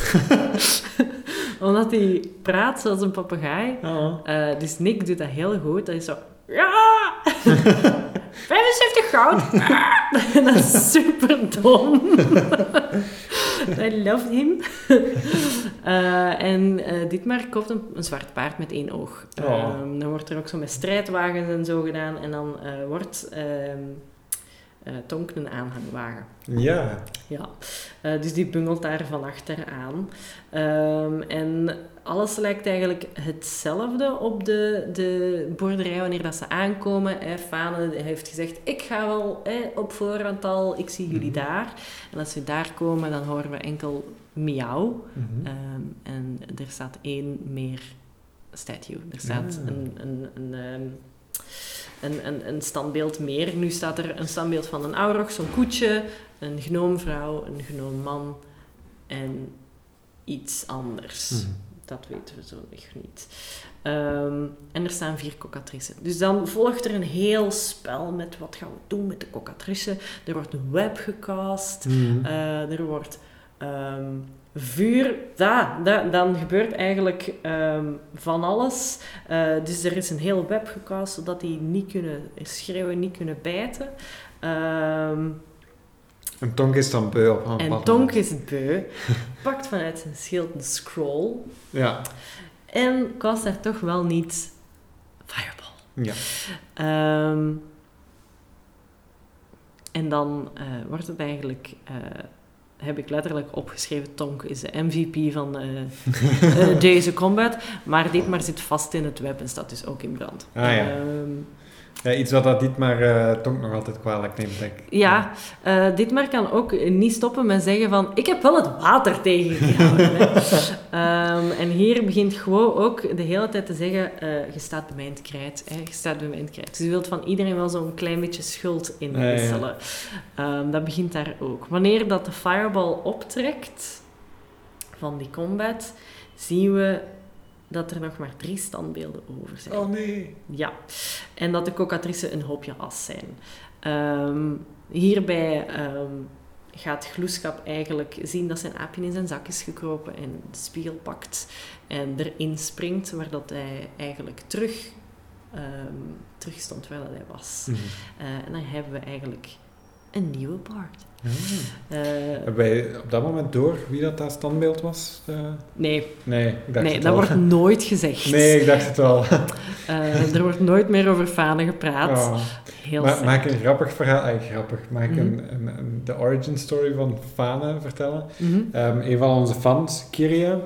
Speaker 1: Omdat hij praat zoals een papegaai. Dus Nick doet dat heel goed. Dat is zo... Ja! 75 goud! Dat is super dom. I love him. En Dietmar koopt een zwart paard met 1 oog. Dan wordt er ook zo met strijdwagens en zo gedaan. En dan wordt Tonk een aanhangwagen.
Speaker 2: Ja.
Speaker 1: Dus die bungelt daar van achteraan. En alles lijkt eigenlijk hetzelfde op de boerderij wanneer dat ze aankomen. Fane heeft gezegd, ik ga wel op voorhand al, ik zie jullie daar. En als we daar komen, dan horen we enkel miauw. En er staat 1 meer statue. Er staat een standbeeld meer. Nu staat er een standbeeld van een Auroch, zo'n koetje, een gnoomvrouw, een gnoomman en iets anders. Dat weten we zo nog niet. En er staan 4 cocatrices. Dus dan volgt er een heel spel met wat gaan we doen met de cocatrice. Er wordt een web gecast. Er wordt vuur. Dan gebeurt eigenlijk van alles. Dus er is een heel web gecast, zodat die niet kunnen schreeuwen, niet kunnen bijten.
Speaker 2: En Tonk is dan beu op een pad.
Speaker 1: En Tonk is beu. Pakt vanuit zijn schild een scroll.
Speaker 2: Ja.
Speaker 1: En kost daar toch wel niet Fireball.
Speaker 2: Ja.
Speaker 1: En dan wordt het eigenlijk... heb ik letterlijk opgeschreven, Tonk is de MVP van deze combat. Maar Dietmar zit vast in het web en staat dus ook in brand.
Speaker 2: Ja, iets wat dat Dietmar Tonk nog altijd kwalijk neemt, denk ik.
Speaker 1: Ja, Dietmar kan ook niet stoppen met zeggen van, ik heb wel het water tegengehouden. En hier begint gewoon ook de hele tijd te zeggen, je staat bij mij in het krijt. Je staat bij mij in het krijt. Dus je wilt van iedereen wel zo'n klein beetje schuld inwisselen. Dat begint daar ook. Wanneer dat de Fireball optrekt van die combat, zien we dat er nog maar 3 standbeelden over zijn.
Speaker 2: Oh nee.
Speaker 1: Ja. En dat de cocatrices een hoopje as zijn. Hierbij gaat Gloeskap eigenlijk zien dat zijn aapje in zijn zak is gekropen en de spiegel pakt en erin springt, waar dat hij eigenlijk terug stond waar dat hij was. En dan hebben we eigenlijk een nieuwe bard.
Speaker 2: Hebben wij op dat moment door wie dat standbeeld was?
Speaker 1: Nee.
Speaker 2: Nee, ik dacht het
Speaker 1: dat
Speaker 2: wel.
Speaker 1: wordt nooit gezegd.
Speaker 2: Nee, ik dacht het wel.
Speaker 1: Er wordt nooit meer over Fane gepraat.
Speaker 2: Oh.
Speaker 1: Heel
Speaker 2: Maak een grappig verhaal. Maak de origin story van Fane vertellen. Een van onze fans, Kyria,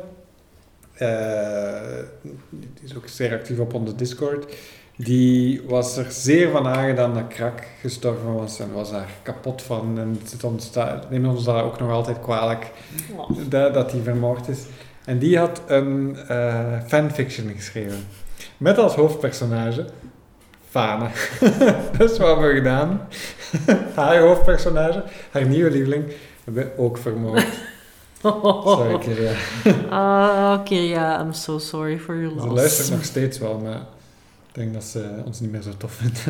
Speaker 2: die is ook zeer actief op onze Discord. Die was er zeer van aangedaan dat Krak gestorven was en was daar kapot van. En neemt ons dat ook nog altijd kwalijk dat hij vermoord is. En die had een fanfiction geschreven. Met als hoofdpersonage Fane. Dat is wat we hebben gedaan. Haar hoofdpersonage, haar nieuwe lieveling, hebben we ook vermoord. Sorry, Kyria.
Speaker 1: Kyria, I'm so sorry for your loss.
Speaker 2: Ze luistert nog steeds wel, maar ik denk dat ze ons niet meer zo tof vindt.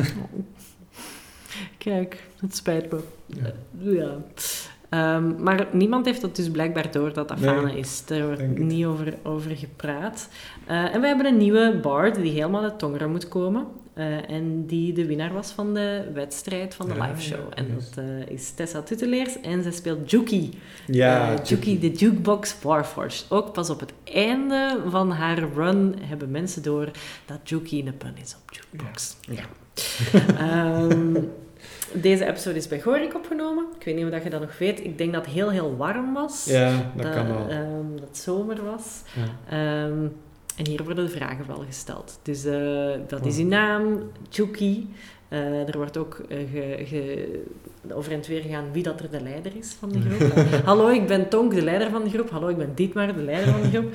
Speaker 1: Kijk, het spijt me. Ja. Maar niemand heeft dat dus blijkbaar door dat Fane is. Er wordt niet over gepraat. En we hebben een nieuwe bard die helemaal uit Tongeren moet komen. En die de winnaar was van de wedstrijd van de live show. En dat is Tessa Tuteleers en zij speelt Juki.
Speaker 2: Ja,
Speaker 1: Juki, de Jukebox Warforged. Ook pas op het einde van haar run hebben mensen door dat Juki een pun is op Jukebox. Ja. Deze episode is bij Gorik opgenomen. Ik weet niet of je dat nog weet. Ik denk dat het heel, heel warm was.
Speaker 2: Ja, dat kan wel.
Speaker 1: Dat het zomer was. Ja. En hier worden de vragen wel gesteld. Dus dat is uw naam, Juki. Er wordt ook over en weer gegaan wie dat er de leider is van de groep. Hallo, ik ben Tonk, de leider van de groep. Hallo, ik ben Dietmar, de leider van de groep.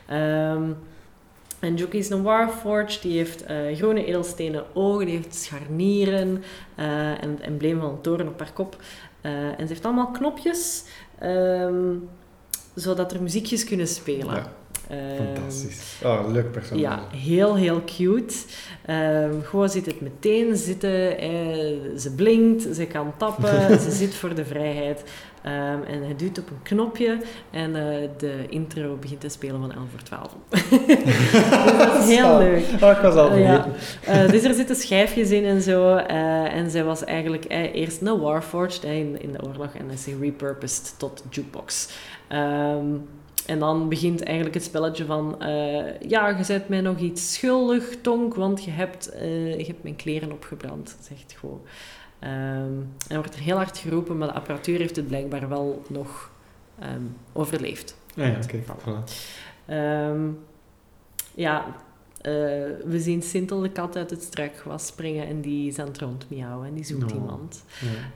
Speaker 1: En Juki is een Warforged, die heeft groene edelstenen ogen, die heeft scharnieren en het embleem van een toren op haar kop. En ze heeft allemaal knopjes, zodat er muziekjes kunnen spelen.
Speaker 2: Ja. Fantastisch. Leuk personage.
Speaker 1: Ja, heel, heel cute. Gewoon zit het meteen zitten. Ze blinkt, ze kan tappen, ze zit voor de vrijheid. En hij duwt op een knopje en de intro begint te spelen van 11 voor 12. Dus dat is heel leuk.
Speaker 2: Ik was al vergeten.
Speaker 1: Dus er zitten schijfjes in en zo. En zij was eigenlijk eerst een Warforged in de oorlog en is repurposed tot jukebox. En dan begint eigenlijk het spelletje van... je zet mij nog iets schuldig, Tonk, want je hebt mijn kleren opgebrand, zegt gewoon. En wordt er heel hard geroepen, maar de apparatuur heeft het blijkbaar wel nog overleefd.
Speaker 2: Ja, oké.
Speaker 1: We zien Sintel, de kat, uit het struikgewas springen en die is aan het rondmiauwen en die zoekt iemand.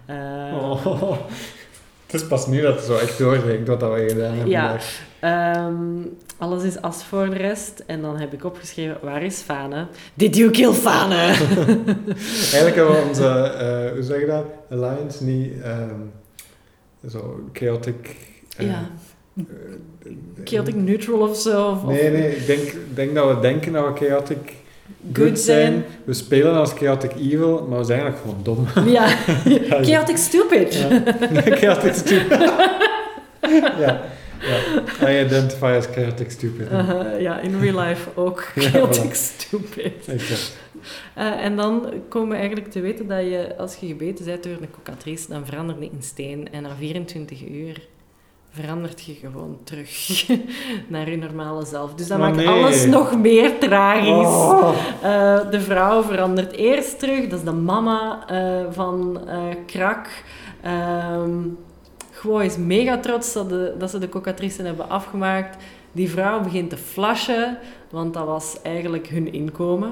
Speaker 2: Het is pas nu dat het zo echt doordringt wat we gedaan hebben.
Speaker 1: Ja, alles is as voor de rest. En dan heb ik opgeschreven, waar is Fane? Did you kill Fane?
Speaker 2: Eigenlijk hebben we onze, hoe zeg je dat, alliance niet zo chaotic
Speaker 1: chaotic neutral of zo.
Speaker 2: Nee, ik denk dat we denken dat we chaotic good zijn. We spelen als chaotic evil, maar we zijn eigenlijk gewoon dom.
Speaker 1: Ja, chaotic stupid.
Speaker 2: Ja. Chaotic stupid. Ja. I identify as chaotic stupid.
Speaker 1: Ja, in real life ook chaotic stupid.
Speaker 2: Exact.
Speaker 1: En dan komen we eigenlijk te weten dat je, als je gebeten bent door een cocatrice, dan verandert je in steen. En na 24 uur verandert je gewoon terug naar je normale zelf. Dus dat maakt alles nog meer tragisch. De vrouw verandert eerst terug. Dat is de mama van Krak. Gewoon is mega trots dat ze de cocatrice hebben afgemaakt. Die vrouw begint te flashen, want dat was eigenlijk hun inkomen.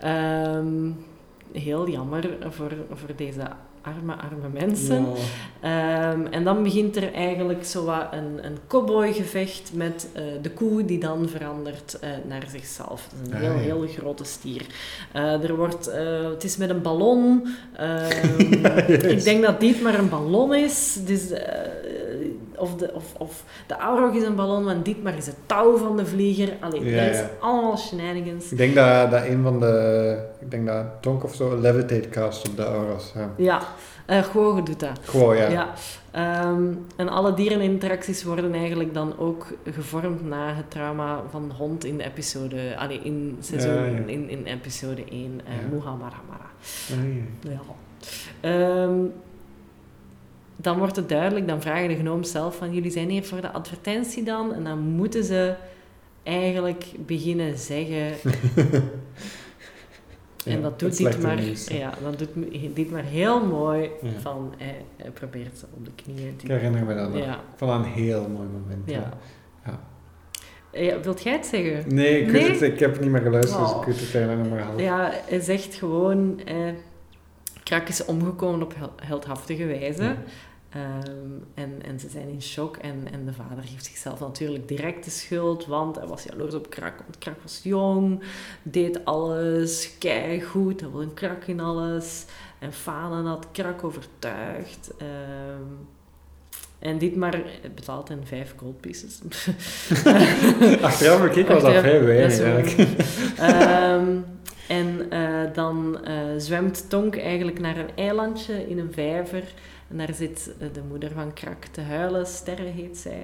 Speaker 1: Heel jammer voor deze arme mensen. Ja. En dan begint er eigenlijk zo wat een cowboygevecht met de koe die dan verandert naar zichzelf. Dat is een heel grote stier. Het is met een ballon. Ik denk dat dit maar een ballon is. Dus, of de Aurog is een ballon, want dit maar is het touw van de vlieger. Dat is allemaal shenanigans.
Speaker 2: Ik denk dat een van de... Ik denk dat Tonk of zo levitate cast op de Auros.
Speaker 1: Ja. Gewoon doet dat.
Speaker 2: Gewoon, ja.
Speaker 1: En alle diereninteracties worden eigenlijk dan ook gevormd na het trauma van de hond in de episode... in seizoen... In episode 1. Muhammaramara. Dan wordt het duidelijk, dan vragen de gnomes zelf van... Jullie zijn hier voor de advertentie dan? En dan moeten ze eigenlijk beginnen zeggen... En dat doet dit maar heel mooi. Van, hij probeert ze op de knieën te...
Speaker 2: Ik herinner me dat nog. Van een heel mooi moment.
Speaker 1: Wilt jij het zeggen?
Speaker 2: Nee, ik heb het niet meer geluisterd, dus ik weet het eigenlijk nog maar half.
Speaker 1: Ja, hij zegt gewoon... Krak is omgekomen op heldhaftige wijze. Ja. En ze zijn in shock en de vader geeft zichzelf natuurlijk direct de schuld, want hij was jaloers op Krak, want Krak was jong, deed alles keigoed, hij wilde een Krak in alles en Fanen had Krak overtuigd. En dit maar betaalt in 5 gold pieces.
Speaker 2: Achteraf bekeken was dat vrij weinig eigenlijk.
Speaker 1: Dan zwemt Tonk eigenlijk naar een eilandje in een vijver. En daar zit de moeder van Krak te huilen. Sterre heet zij.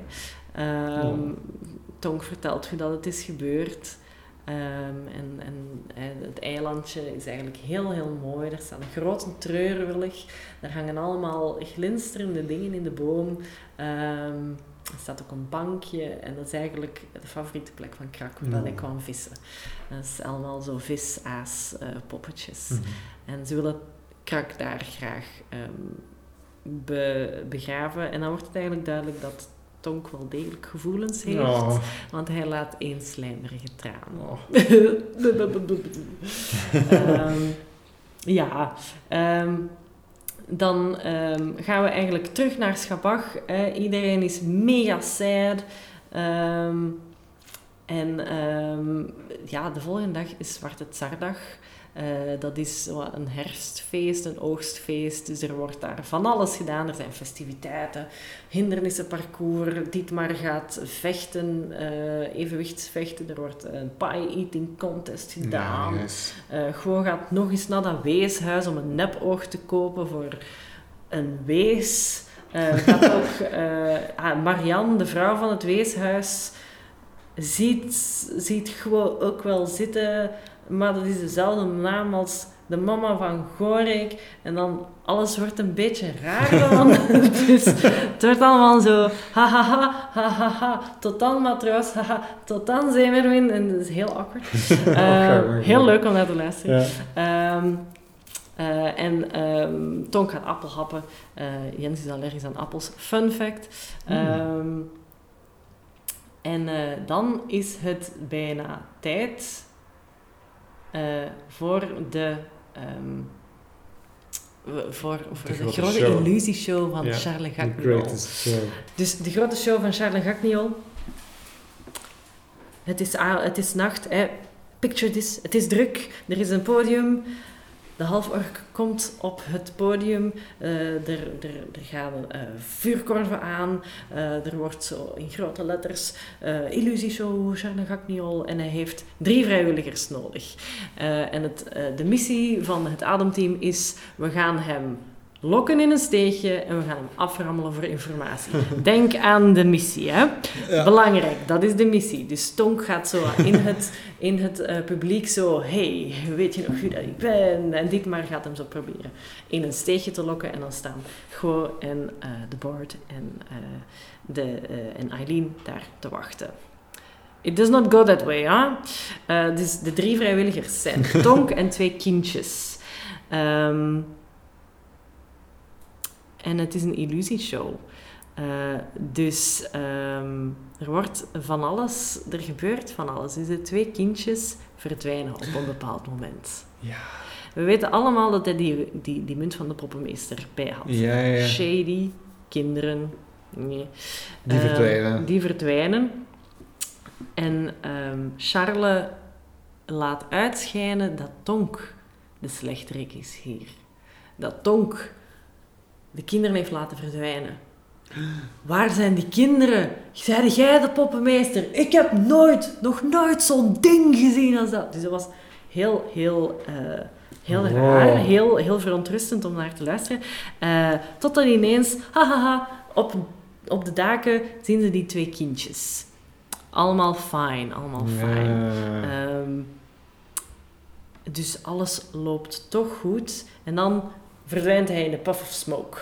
Speaker 1: Tonk vertelt hoe dat het is gebeurd. Het eilandje is eigenlijk heel, heel mooi. Er staat een grote treurwillig. Er hangen allemaal glinsterende dingen in de boom. Er staat ook een bankje. En dat is eigenlijk de favoriete plek van Krak, waar hij kwam vissen. Dat is allemaal zo visaas poppetjes. En ze willen Krak daar graag begraven. En dan wordt het eigenlijk duidelijk dat Tonk wel degelijk gevoelens heeft. Want hij laat 1 slijmerige traan. Dan gaan we eigenlijk terug naar Schabach. Iedereen is mega sad. De volgende dag is Zwarte Tsardag. Dat is een herfstfeest, een oogstfeest. Dus er wordt daar van alles gedaan. Er zijn festiviteiten, hindernissenparcours. Dietmar gaat vechten, evenwichtsvechten. Er wordt een pie-eating contest gedaan. Ja, yes. Gewoon gaat nog eens naar dat weeshuis om een nepoog te kopen voor een wees. Gaat ook Marianne, de vrouw van het weeshuis, ziet gewoon ook wel zitten... Maar dat is dezelfde naam als de mama van Gorik. En dan alles wordt een beetje raar dan. Dus het wordt allemaal zo... Ha, ha, ha, ha, ha, ha. Tot dan, matroos. Ha, ha. Tot dan, Zeemermin. En dat is heel awkward. Heel leuk om naar te luisteren. Ja. Tonk gaat appel happen. Jens is allergisch aan appels. Fun fact. Dan is het bijna tijd... voor de grote illusieshow van Charles Gagniol. Dus de grote show van Charles Gagniol. Het is nacht. Picture this. Het is druk. Er is een podium. De halfork komt op het podium, er gaan vuurkorven aan, er wordt zo in grote letters illusieshow Charles Gagniol en hij heeft 3 vrijwilligers nodig. En de missie van het Ademteam is, we gaan hem lokken in een steegje en we gaan hem aframmelen voor informatie. Denk aan de missie, hè? Ja. Belangrijk, dat is de missie. Dus Tonk gaat zo in het publiek zo, hey, weet je nog wie dat ik ben? En Dietmar gaat hem zo proberen in een steegje te lokken en dan staan Go en de Bard en Eileen daar te wachten. It does not go that way, hè? Dus de 3 vrijwilligers zijn Tonk en 2 kindjes. En het is een illusieshow. Dus er wordt van alles, er gebeurt van alles. Dus de 2 kindjes verdwijnen op een bepaald moment. Ja. We weten allemaal dat hij die munt van de poppenmeester bij had. Ja. Shady, kinderen. Nee. Die verdwijnen. En Charles laat uitschijnen dat Tonk de slechterik is hier. Dat Tonk de kinderen heeft laten verdwijnen. Waar zijn die kinderen? Zei jij de poppenmeester? Ik heb nog nooit zo'n ding gezien als dat. Dus dat was heel raar, heel verontrustend om naar te luisteren. Totdat ineens, op de daken zien ze die 2 kindjes. Allemaal fijn. Dus alles loopt toch goed. En dan verdwijnt hij in een puff of smoke.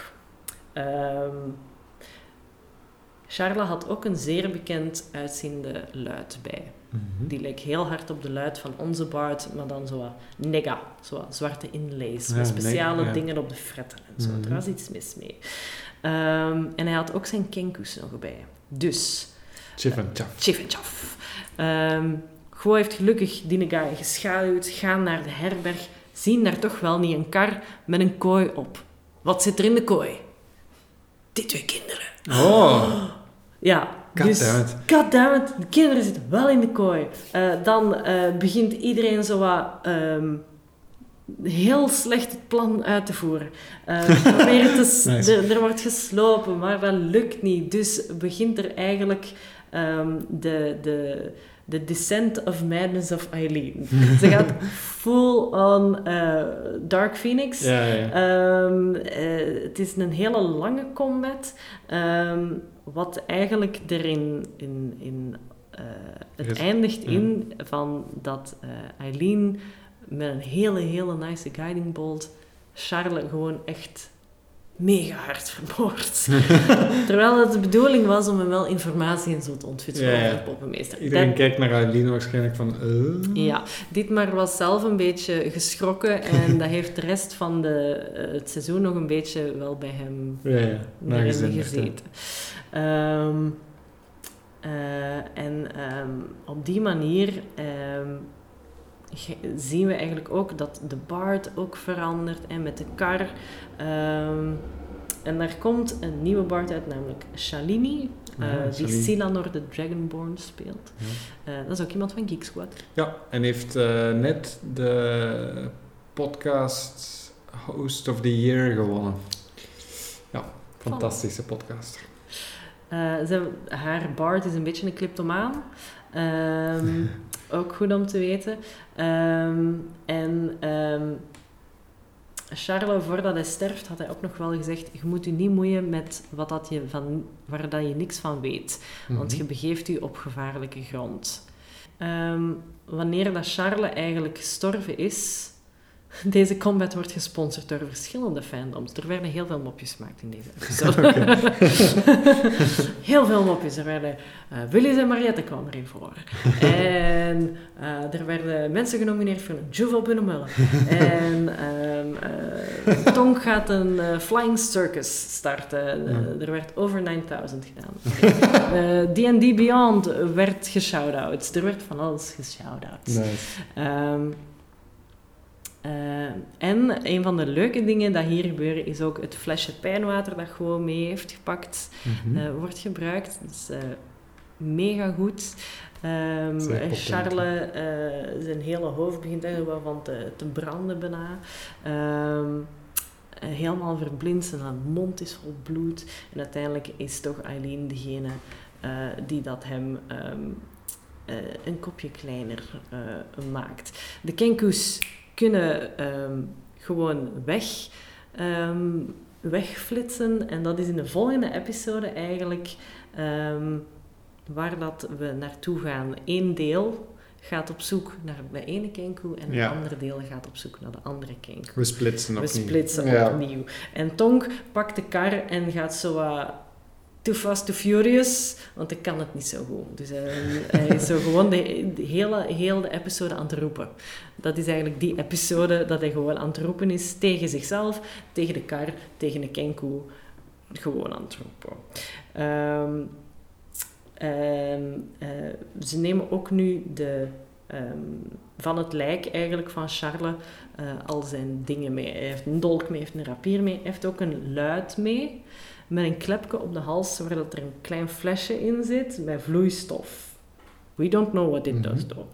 Speaker 1: Charles had ook een zeer bekend uitziende luid bij. Mm-hmm. Die leek heel hard op de luid van onze Bard, maar dan zo nega, zo zwarte inlays, met speciale dingen op de fretten en zo. Mm-hmm. Er was iets mis mee. En hij had ook zijn kenkus nog bij. Dus...
Speaker 2: Chif en Chaf.
Speaker 1: Go heeft gelukkig die guy geschaduwd, gaan naar de herberg, zien daar toch wel niet een kar met een kooi op. Wat zit er in de kooi? Die 2 kinderen.
Speaker 2: Oh.
Speaker 1: Ja, goddammit, de kinderen zitten wel in de kooi. Dan begint iedereen zo wat heel slecht het plan uit te voeren. Nice. Er wordt geslopen, maar dat lukt niet. Dus begint er eigenlijk de Descent of Madness of Eileen. Ze gaat full on Dark Phoenix. Ja. Het is een hele lange combat. Wat eigenlijk erin het eindigt in van dat Eileen met een hele nice guiding bolt Charles gewoon echt mega hard vermoord. Terwijl het de bedoeling was om hem wel informatie en zo te ontfutselen over de poppenmeester.
Speaker 2: Iedereen kijkt naar Eileen waarschijnlijk van...
Speaker 1: Ja, Dietmar was zelf een beetje geschrokken en dat heeft de rest van het seizoen nog een beetje wel bij hem gezeten. Op die manier zien we eigenlijk ook dat de Bard ook verandert en met de kar. En daar komt een nieuwe Bard uit, namelijk Shalini, die Silanor de Dragonborn speelt. Ja. Dat is ook iemand van Geek Squad.
Speaker 2: Ja, en heeft net de podcast Host of the Year gewonnen. Ja, fantastische podcaster.
Speaker 1: Haar Bard is een beetje een kleptomaan. Ook goed om te weten. Charles, voordat hij sterft, had hij ook nog wel gezegd: je moet je niet moeien met waar dat je niks van weet. Mm-hmm. Want je begeeft je op gevaarlijke grond. Wanneer dat Charles eigenlijk gestorven is... Deze combat wordt gesponsord door verschillende fandoms. Er werden heel veel mopjes gemaakt in deze episode. Heel veel mopjes. Er werden... Willis en Mariette kwamen erin voor. En er werden mensen genomineerd voor een Juve op hun mullen. En Tonk gaat een flying circus starten. Er werd over 9000 gedaan. D&D Beyond werd geshout-out. Er werd van alles geshout-out. Nice. En een van de leuke dingen dat hier gebeuren is ook het flesje pijnwater dat gewoon mee heeft gepakt, wordt gebruikt. Dus mega goed. Charles, zijn hele hoofd begint er wel van te branden bijna. Helemaal verblind, zijn mond is vol bloed. En uiteindelijk is toch Eileen degene die dat hem een kopje kleiner maakt. De Kenkus kunnen gewoon wegflitsen. En dat is in de volgende episode eigenlijk waar dat we naartoe gaan. Eén deel gaat op zoek naar de ene Kenku en het andere deel gaat op zoek naar de andere Kenku.
Speaker 2: We splitsen
Speaker 1: opnieuw. En Tonk pakt de kar en gaat zo too fast, too furious, want ik kan het niet zo goed. Dus hij is zo gewoon heel de episode aan het roepen. Dat is eigenlijk die episode dat hij gewoon aan het roepen is tegen zichzelf, tegen de kar, tegen de Kenku. Gewoon aan het roepen. Ze nemen ook nu van het lijk eigenlijk van Charles al zijn dingen mee. Hij heeft een dolk mee, hij heeft een rapier mee, hij heeft ook een luid mee met een klepje op de hals waar dat er een klein flesje in zit met vloeistof. We don't know what it does though.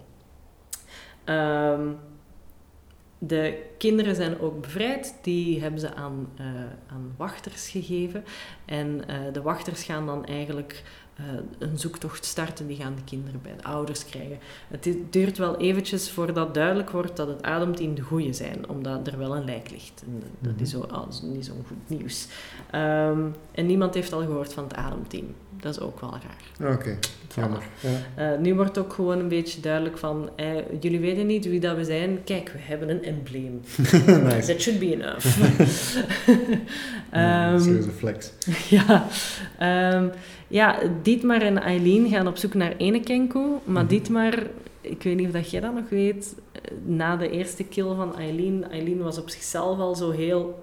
Speaker 1: De kinderen zijn ook bevrijd. Die hebben ze aan wachters gegeven. En de wachters gaan dan eigenlijk een zoektocht starten. Die gaan de kinderen bij de ouders krijgen. Het duurt wel eventjes voordat duidelijk wordt dat het ademteam de goeie zijn. Omdat er wel een lijk ligt. En dat is niet zo'n goed nieuws. En niemand heeft al gehoord van het ademteam. Dat is ook wel raar.
Speaker 2: Oké, jammer. Ja.
Speaker 1: Nu wordt ook gewoon een beetje duidelijk van... jullie weten niet wie dat we zijn. Kijk, we hebben een embleem.
Speaker 2: Nice.
Speaker 1: That should be enough.
Speaker 2: Serieuze flex.
Speaker 1: Dietmar en Eileen gaan op zoek naar ene Kenku. Maar Dietmar, ik weet niet of dat jij dat nog weet... Na de eerste kill van Eileen was op zichzelf al zo heel...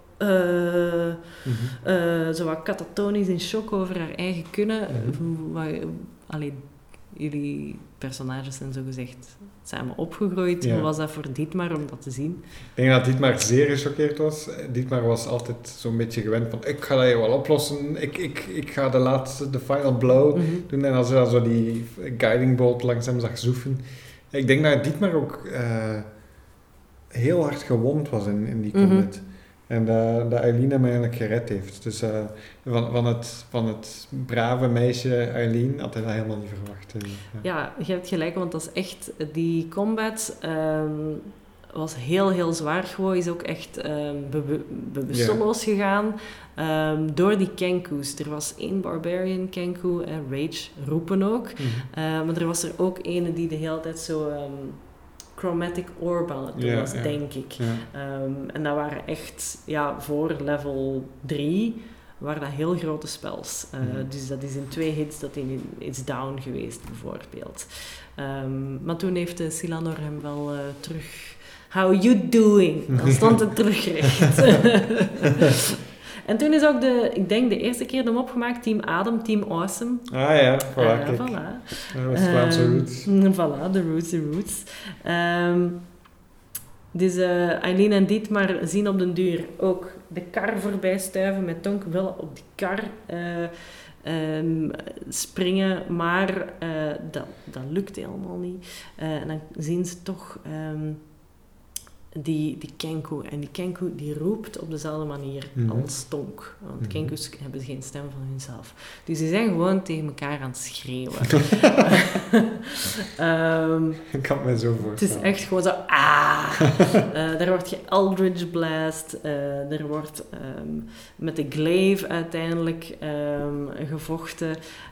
Speaker 1: zo wat catatonisch in shock over haar eigen kunnen. Jullie personages zijn zogezegd samen opgegroeid. Hoe was dat voor Dietmar om dat te zien?
Speaker 2: Ik denk dat Dietmar zeer gechoqueerd was. Dietmar was altijd zo'n beetje gewend van ik ga dat je wel oplossen. Ik ga de final blow doen. En als je dan zo die guiding bolt langs hem zag zoeven. Ik denk dat Dietmar ook heel hard gewond was in die combat. En dat Eileen hem eigenlijk gered heeft. Dus van het brave meisje Eileen had hij dat helemaal niet verwacht.
Speaker 1: Ja, je hebt gelijk, want dat is echt... Die combat was heel, heel zwaar. Gewoon is ook echt bewusteloos gegaan door die Kenkus. Er was één Barbarian Kenku, Rage roepen ook. Maar er was er ook ene die de hele tijd zo... Chromatic Orb aan het doen was, denk ik. Ja. En dat waren echt, voor level 3 waren dat heel grote spells. Dus dat is in 2 hits dat hij is down geweest, bijvoorbeeld. Maar toen heeft Silanor hem wel terug... How you doing? Dan stond het terugrecht. En toen is ook de eerste keer de mop gemaakt, Team Adem, Team Awesome.
Speaker 2: Ah ja, voilà.
Speaker 1: Voilà.
Speaker 2: Dat was Vlaamse roots.
Speaker 1: Voilà, de roots. Dus Eileen en Dietmar zien op den duur ook de kar voorbij stuiven met Tonk wel op die kar springen, maar dat lukt helemaal niet. En dan zien ze toch... Die Kenku. En die Kenku die roept op dezelfde manier als Tonk. Want Kenkus hebben geen stem van hunzelf. Dus die zijn gewoon tegen elkaar aan het schreeuwen.
Speaker 2: Ik kan me zo voorstellen.
Speaker 1: Het is echt gewoon zo... Daar wordt Eldritch Blast. Er wordt met de glaive uiteindelijk gevochten.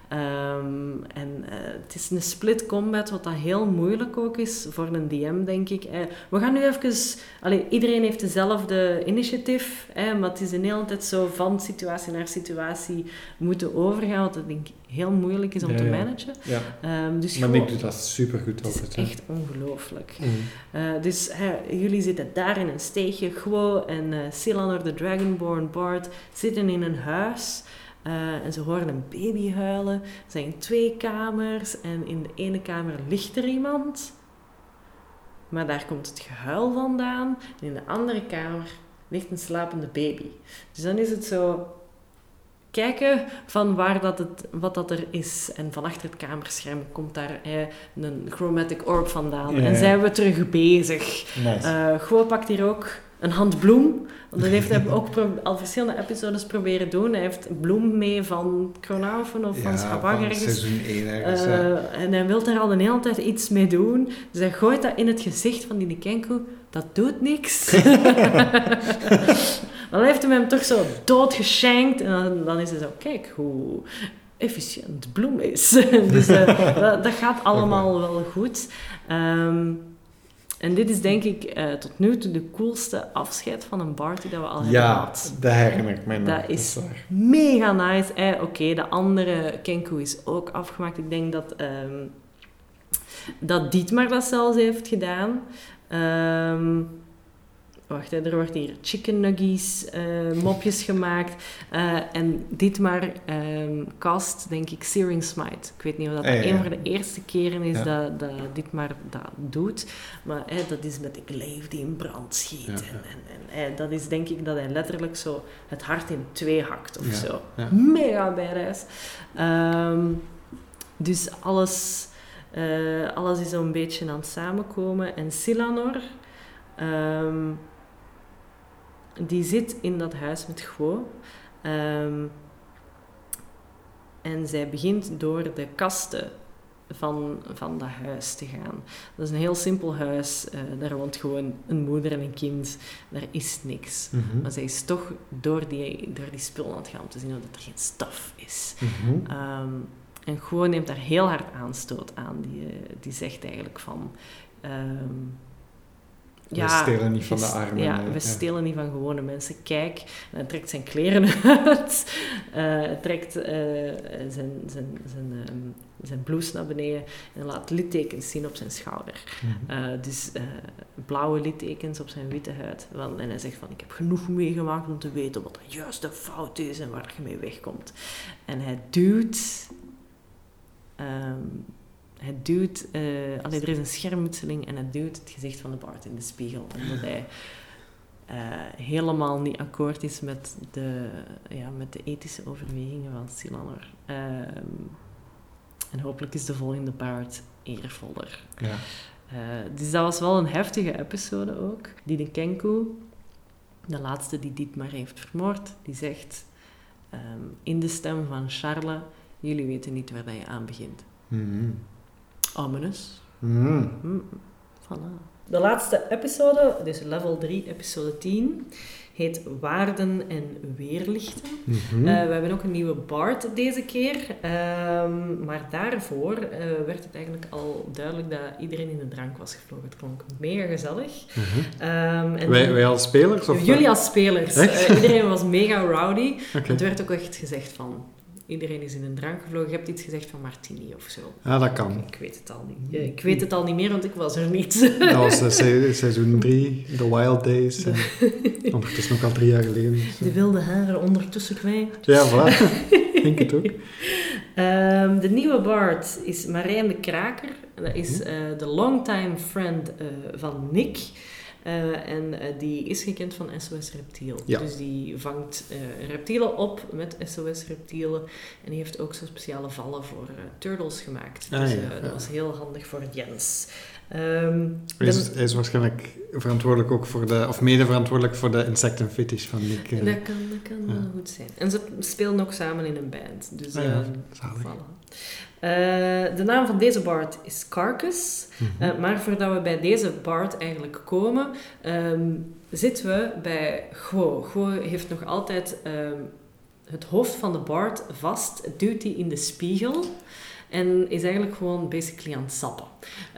Speaker 1: Het is een split combat, wat dat heel moeilijk ook is voor een DM, denk ik. We gaan nu even... iedereen heeft dezelfde initiatief, maar het is een hele tijd zo van situatie naar situatie moeten overgaan, wat dat denk ik heel moeilijk is om te managen. Ja. Dus
Speaker 2: maar ik doe dat supergoed
Speaker 1: altijd. Het is echt ongelooflijk. Dus jullie zitten daar in een steegje, Gwo en Silanor, de Dragonborn Bard, zitten in een huis... en ze horen een baby huilen. Er zijn 2 kamers en in de ene kamer ligt er iemand. Maar daar komt het gehuil vandaan. En in de andere kamer ligt een slapende baby. Dus dan is het zo... kijken van wat dat er is. En van achter het kamerscherm komt daar een chromatic orb vandaan. En zijn we terug bezig.
Speaker 2: Nice.
Speaker 1: Guo pakt hier ook een hand bloem. Want dat heeft hij ook al verschillende episodes proberen doen. Hij heeft bloem mee van Kronaufen of van Schabag ergens.
Speaker 2: Seizoen 1 ergens.
Speaker 1: En hij wil daar al de hele tijd iets mee doen. Dus hij gooit dat in het gezicht van die Kenku. Dat doet niks. Dan heeft hij hem toch zo doodgeschenkt. En dan is hij zo, kijk hoe efficiënt bloem is. Dus dat gaat allemaal wel goed. En dit is denk ik tot nu toe de coolste afscheid van een Bard die dat we al hebben gehad.
Speaker 2: Ja, dat herinner ik mij nog.
Speaker 1: Dat is mega nice. Oké, de andere Kenku is ook afgemaakt. Ik denk dat Dietmar dat zelfs heeft gedaan. Wacht, er wordt hier chicken nuggies, mopjes gemaakt. En Dietmar cast, denk ik, Searing Smite. Ik weet niet of dat een van de eerste keren is dat Dietmar dat doet. Maar dat is met de glaive die in brand schiet. Ja. En dat is, denk ik, dat hij letterlijk zo het hart in 2 hakt of zo. Ja. Mega badass. Dus alles is zo'n beetje aan het samenkomen. En Silanor... die zit in dat huis met Guo. En zij begint door de kasten van dat huis te gaan. Dat is een heel simpel huis. Daar woont gewoon een moeder en een kind. Daar is niks. Mm-hmm. Maar zij is toch door die spullen aan het gaan om te zien dat er geen staf is. Mm-hmm. En Guo neemt daar heel hard aanstoot aan. Die zegt eigenlijk van...
Speaker 2: we stelen niet van de armen.
Speaker 1: Ja, we stelen niet van gewone mensen. Kijk, en hij trekt zijn kleren uit. Hij trekt zijn blouse naar beneden en laat littekens zien op zijn schouder. Mm-hmm. Dus blauwe littekens op zijn witte huid. En hij zegt van, ik heb genoeg meegemaakt om te weten wat de juiste fout is en waar je mee wegkomt. En hij duwt... er is een schermutseling en hij duwt het gezicht van de Bard in de spiegel. Omdat hij helemaal niet akkoord is met de ethische overwegingen van Silanor. En hopelijk is de volgende Bard eervoller. Ja. Dus dat was wel een heftige episode ook. Die de Kenku, de laatste die Dietmar heeft vermoord, die zegt in de stem van Charles, jullie weten niet waar dat je aan begint. Mm-hmm. Ominous. Voilà. De laatste episode, dus level 3, episode 10, heet Waarden en Weerlichten. Mm-hmm. We hebben ook een nieuwe Bard deze keer. Maar daarvoor werd het eigenlijk al duidelijk dat iedereen in de drank was gevlogen. Het klonk mega gezellig.
Speaker 2: Mm-hmm. En wij als spelers? Of
Speaker 1: jullie als spelers. Iedereen was mega rowdy. Okay. Het werd ook echt gezegd van... Iedereen is in een drank gevlogen. Je hebt iets gezegd van Martini of zo.
Speaker 2: Ja, dat kan.
Speaker 1: Ik weet het al niet. Ik weet het al niet meer, want ik was er niet.
Speaker 2: Dat was seizoen 3, The Wild Days. Ondertussen ook al 3 jaar geleden. Dus.
Speaker 1: De wilde haren ondertussen kwijt.
Speaker 2: Ja, voilà. Ik denk het ook.
Speaker 1: De nieuwe Bard is Marijn de Kraker. Dat is de longtime friend van Nick. En die is gekend van SOS Reptiel. Ja. Dus die vangt reptielen op met SOS Reptielen. En die heeft ook zo speciale vallen voor turtles gemaakt. Dus dat was heel handig voor Jens.
Speaker 2: Hij is waarschijnlijk verantwoordelijk ook voor of mede verantwoordelijk voor de insecten fetish van Nick.
Speaker 1: Dat kan wel goed zijn. En ze spelen ook samen in een band. Dus voilà. De naam van deze Bard is Carcass. Mm-hmm. Maar voordat we bij deze Bard eigenlijk komen, zitten we bij Guo. Guo heeft nog altijd het hoofd van de Bard vast, duwt die in de spiegel en is eigenlijk gewoon basically aan het sappen.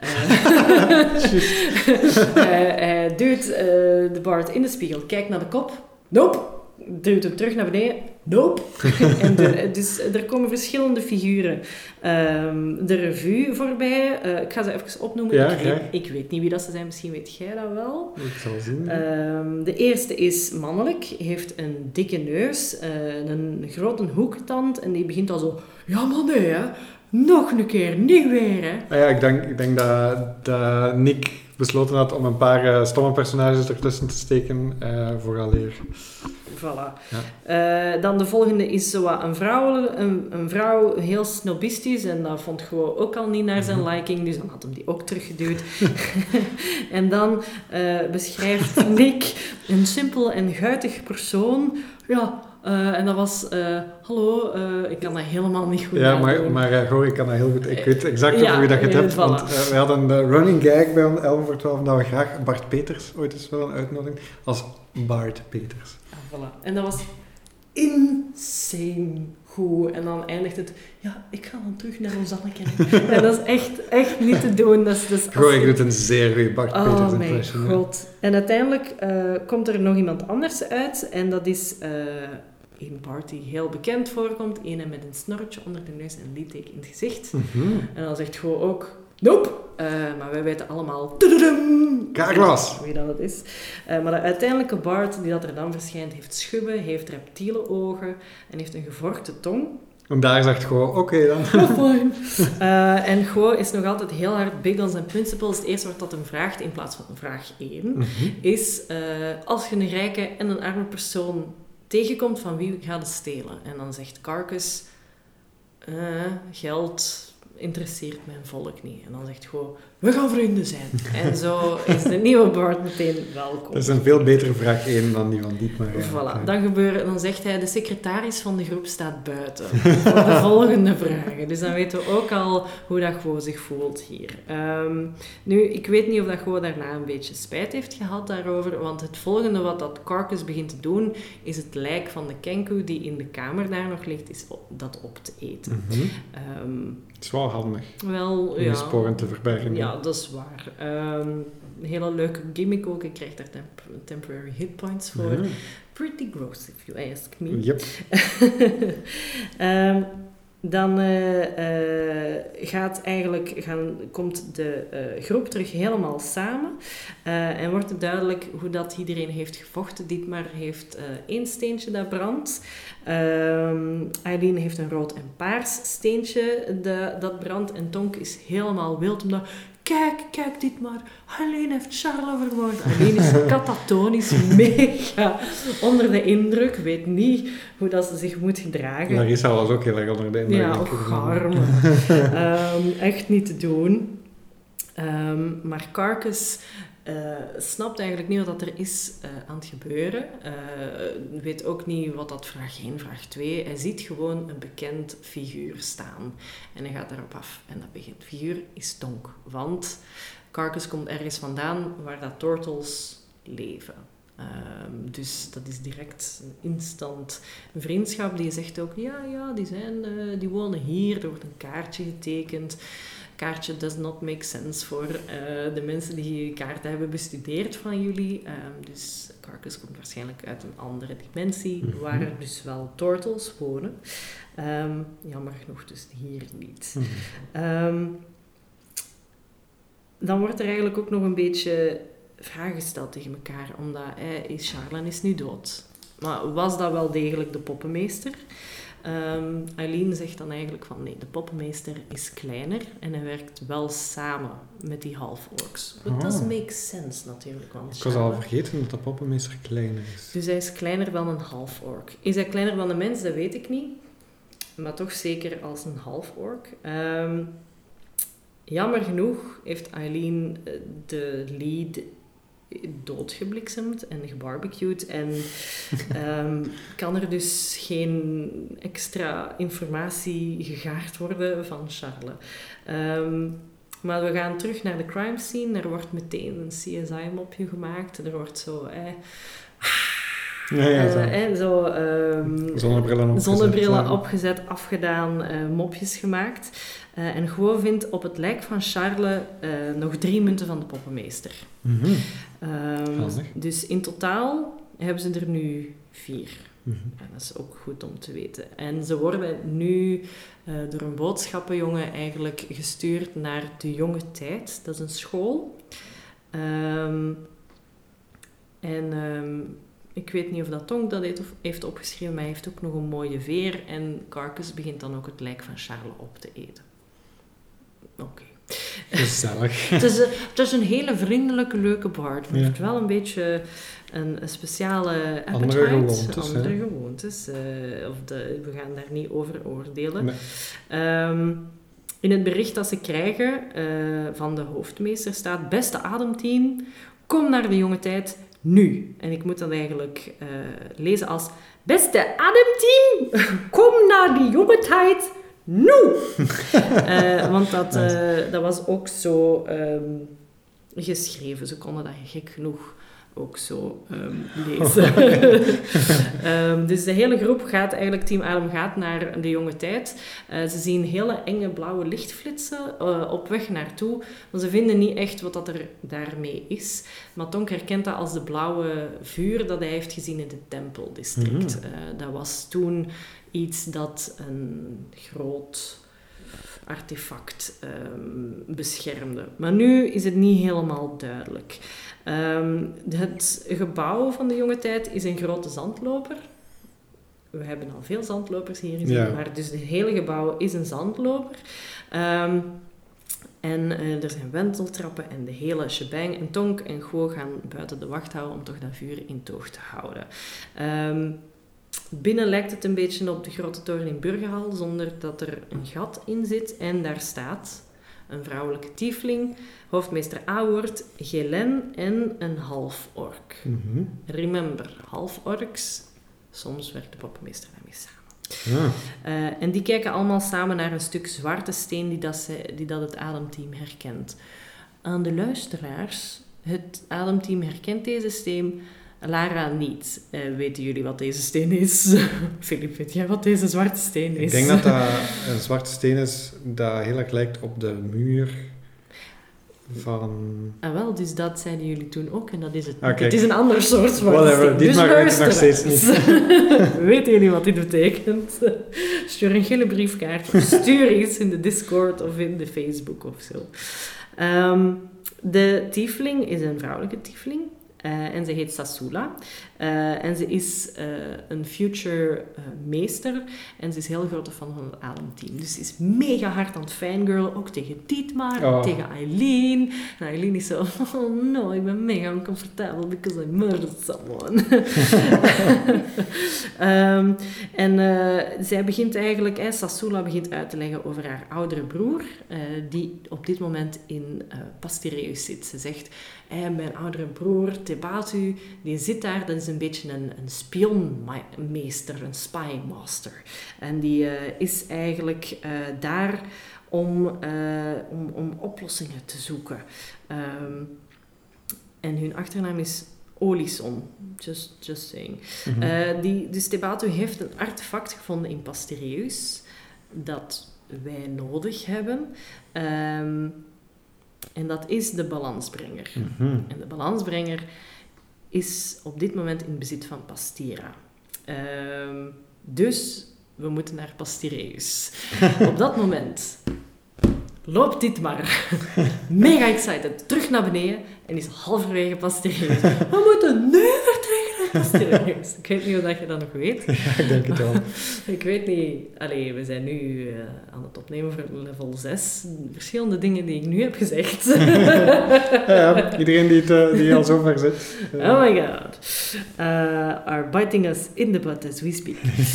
Speaker 1: Hij duwt de Bard in de spiegel, kijkt naar de kop, nope, duwt hem terug naar beneden, nope. Dus er komen verschillende figuren de revue voorbij. Ik ga ze even opnoemen.
Speaker 2: Ja,
Speaker 1: ik weet niet wie dat ze zijn, misschien weet jij dat wel.
Speaker 2: Ik zal zien.
Speaker 1: De eerste is mannelijk, heeft een dikke neus, een grote hoektand en die begint al zo, ja man nee hè, nog een keer, niet weer hè.
Speaker 2: Ik denk dat Nick besloten had om een paar stomme personages ertussen te steken, vooraleer
Speaker 1: Voilà. Ja. Dan de volgende is zo wat een vrouw, heel snobistisch. En dat vond gewoon ook al niet naar zijn liking. Dus dan had hem die ook teruggeduwd. En dan beschrijft Nick een simpel en guitig persoon. Ja, en dat was... hallo, ik kan dat helemaal niet goed nadoen.
Speaker 2: Maar goh, ik kan dat heel goed. Ik weet exact over wie dat je het hebt. Voilà. Want we hadden de running gag bij ons 11 voor 12 dat we graag Bart Peters ooit eens willen uitnodigen als Bart Peters.
Speaker 1: Ja, voilà. En dat was insane goed. En dan eindigt het... Ja, ik ga dan terug naar Rozanneke. En dat is echt niet te doen.
Speaker 2: Goh, ik doe een zeer goede Bart Peters impression.
Speaker 1: Oh mijn god. En uiteindelijk komt er nog iemand anders uit. En dat is... een Bart die heel bekend voorkomt. Ene met een snorretje onder de neus en een liedteken in het gezicht. En dan zegt gewoon ook... Nope! Maar wij weten allemaal...
Speaker 2: Carglass!
Speaker 1: Wie dat is. Maar de uiteindelijke Bart die dat er dan verschijnt... heeft schubben, heeft reptiele ogen... en heeft een gevorkte tong.
Speaker 2: En daar zegt gewoon... Oké dan.
Speaker 1: Fine. En Go is nog altijd heel hard big on zijn principles. Het eerste wat dat hem vraagt, in plaats van vraag 1... is... als je een rijke en een arme persoon... tegenkomt, van wie gaat het stelen? En dan zegt Carcass, geld interesseert mijn volk niet. En dan zegt gewoon, we gaan vrienden zijn. En zo is de nieuwe Bart meteen welkom.
Speaker 2: Dat is een veel betere vraag 1 dan die van Dietmar.
Speaker 1: Voilà, dan zegt hij, de secretaris van de groep staat buiten. Voor de volgende vragen. Dus dan weten we ook al hoe dat Go zich voelt hier. Nu, ik weet niet of dat Go daarna een beetje spijt heeft gehad daarover, want het volgende wat dat Carcass begint te doen, is het lijk van de Kenku die in de kamer daar nog ligt, is dat op te eten.
Speaker 2: Het is wel handig.
Speaker 1: Wel,
Speaker 2: om je sporen te verbergen.
Speaker 1: Ja, dat is waar. Een hele leuke gimmick ook. Ik krijg daar temporary hit points voor. Pretty gross, if you ask me.
Speaker 2: Yep.
Speaker 1: Dan komt de groep terug helemaal samen. En wordt het duidelijk hoe dat iedereen heeft gevochten. Dietmar heeft 1 steentje dat brandt. Eileen heeft een rood en paars steentje dat brandt. En Tonk is helemaal wild omdat... Kijk Dietmar, Eileen heeft Charles vermoord. Eileen is catatonisch, mega onder de indruk. Weet niet hoe dat ze zich moet gedragen.
Speaker 2: Larissa was ook heel erg onder de indruk.
Speaker 1: Ja, ook arme. Echt niet te doen. Maar Carcass snapt eigenlijk niet wat er is aan het gebeuren. Weet ook niet wat dat vraag 1, vraag 2. Hij ziet gewoon een bekend figuur staan. En hij gaat daarop af. En dat bekend figuur is Tonk. Want Carcass komt ergens vandaan waar dat turtles leven. Dus dat is direct een instant vriendschap. Die zegt ook, ja, die wonen hier. Er wordt een kaartje getekend. Kaartje does not make sense voor de mensen die kaarten hebben bestudeerd van jullie. Dus Carcass komt waarschijnlijk uit een andere dimensie, waar er dus wel turtles wonen. Jammer genoeg dus hier niet. Dan wordt er eigenlijk ook nog een beetje vragen gesteld tegen elkaar, omdat Charlene is nu dood. Maar was dat wel degelijk de poppenmeester? Eileen zegt dan eigenlijk van nee, de poppenmeester is kleiner en hij werkt wel samen met die half-orcs. But does make sense natuurlijk. Want
Speaker 2: ik was al vergeten dat de poppenmeester kleiner is.
Speaker 1: Dus hij is kleiner dan een half-orc. Is hij kleiner dan een mens? Dat weet ik niet. Maar toch zeker als een half-orc. Jammer genoeg heeft Eileen de lead doodgebliksemd en gebarbecued en kan er dus geen extra informatie gegaard worden van Charles. Maar we gaan terug naar de crime scene. Er wordt meteen een CSI-mopje gemaakt. Er wordt zo... Zonnebrillen opgezet, afgedaan, mopjes gemaakt. En Go vindt op het lijk van Charles nog 3 munten van de poppenmeester. Dus in totaal hebben ze er nu 4. En dat is ook goed om te weten. En ze worden nu door een boodschappenjongen eigenlijk gestuurd naar de Jonge Tijd. Dat is een school. Ik weet niet of dat Tonk dat heeft opgeschreven, maar hij heeft ook nog een mooie veer. En Carcass begint dan ook het lijk van Charles op te eten. Oké.
Speaker 2: Gezellig.
Speaker 1: Het is een hele vriendelijke, leuke Bart. Maar het heeft wel een beetje een speciale appetite. Andere gewoontes. We gaan daar niet over oordelen. Nee. In het bericht dat ze krijgen van de hoofdmeester staat: beste ademteam, kom naar de jonge tijd nu. En ik moet dat eigenlijk lezen als: beste ademteam, kom naar die jonge tijd nu. Want dat was ook zo geschreven. Ze konden dat gek genoeg ook zo lezen. Dus de hele groep gaat eigenlijk, Team Adem gaat naar de jonge tijd. Ze zien hele enge blauwe lichtflitsen op weg naartoe, maar ze vinden niet echt wat dat er daarmee is. Maar Tonk herkent dat als de blauwe vuur dat hij heeft gezien in het tempeldistrict. Dat was toen iets dat een groot artefact beschermde. Maar nu is het niet helemaal duidelijk. Het gebouw van de jonge tijd is een grote zandloper. We hebben al veel zandlopers hier gezien, maar dus het hele gebouw is een zandloper. En er zijn wenteltrappen en de hele shebang. En Tonk en Guo gaan buiten de wacht houden om toch dat vuur in toog te houden. Binnen lijkt het een beetje op de grote toren in Burgerhal, zonder dat er een gat in zit. En daar staat een vrouwelijke tiefling, hoofdmeester Awoord, Gelen en een half-ork. Remember, half-orks, soms werkt de poppenmeester daarmee samen. En die kijken allemaal samen naar een stuk zwarte steen die dat het ademteam herkent. Aan de luisteraars, het ademteam herkent deze steen, Lara niet. Weten jullie wat deze steen is? Filip, weet jij wat deze zwarte steen is?
Speaker 2: Ik denk dat dat een zwarte steen is dat heel erg lijkt op de muur van...
Speaker 1: Wel, dus dat zeiden jullie toen ook en dat is het. Okay. Het is een ander soort zwarte steen.
Speaker 2: Dit mag ik nog steeds niet.
Speaker 1: Weten jullie wat dit betekent? Stuur een gele briefkaart of stuur iets in de Discord of in de Facebook of zo. De tiefling is een vrouwelijke tiefling. En ze heet Sasula. En ze is een future meester. En ze is heel grote fan van het ademteam. Dus ze is mega hard aan het fangirlen. Ook tegen Dietmar, tegen Eileen. En Eileen is zo... Oh no, ik ben mega uncomfortable because I murdered someone. Zij begint eigenlijk... Sasula begint uit te leggen over haar oudere broer. Die op dit moment in Pastireus zit. Ze zegt... mijn oudere broer, Tebatu, die zit daar. Dat is een beetje een spionmeester, een spymaster. En die is eigenlijk daar om oplossingen te zoeken. En hun achternaam is Olison. Just saying. Dus Tebatu heeft een artefact gevonden in Pastireus dat wij nodig hebben. En dat is de balansbrenger. En de balansbrenger is op dit moment in bezit van Pastira. Dus we moeten naar Pastireus. Op dat moment loopt Dietmar, mega excited, terug naar beneden en is halverwege Pastireus. We moeten nu vertrekken naar Pastireus. Ik weet niet of dat je dat nog weet.
Speaker 2: Ja, ik denk het wel.
Speaker 1: Ik weet niet... Allee, we zijn nu aan het opnemen voor level 6. Verschillende dingen die ik nu heb gezegd.
Speaker 2: Ja, iedereen die al zo ver zit.
Speaker 1: Oh my god. Are biting us in the butt as we speak.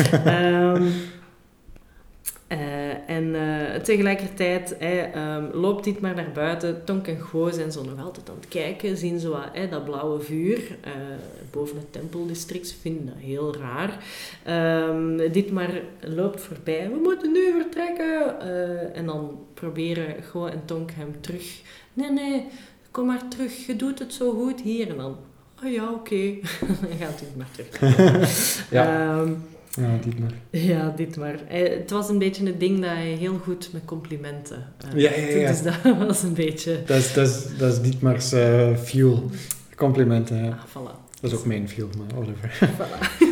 Speaker 1: Tegelijkertijd loopt dit maar naar buiten. Tonk en Guo zijn zo nog altijd aan het kijken. Zien zo wat, dat blauwe vuur boven het tempeldistrict. Ze vinden dat heel raar. Dit maar loopt voorbij. We moeten nu vertrekken. En dan proberen Guo en Tonk hem terug. Nee, kom maar terug. Je doet het zo goed hier. En dan, oh ja, oké. Dan gaat hij maar terug.
Speaker 2: Ja. Dietmar.
Speaker 1: Ja, Dietmar. Het was een beetje het ding dat hij heel goed met complimenten
Speaker 2: ja.
Speaker 1: Dus dat was een beetje...
Speaker 2: Dat is Dietmars fuel. Complimenten, ja.
Speaker 1: Voilà.
Speaker 2: Dat is ook mijn fuel, maar whatever.
Speaker 1: Voilà.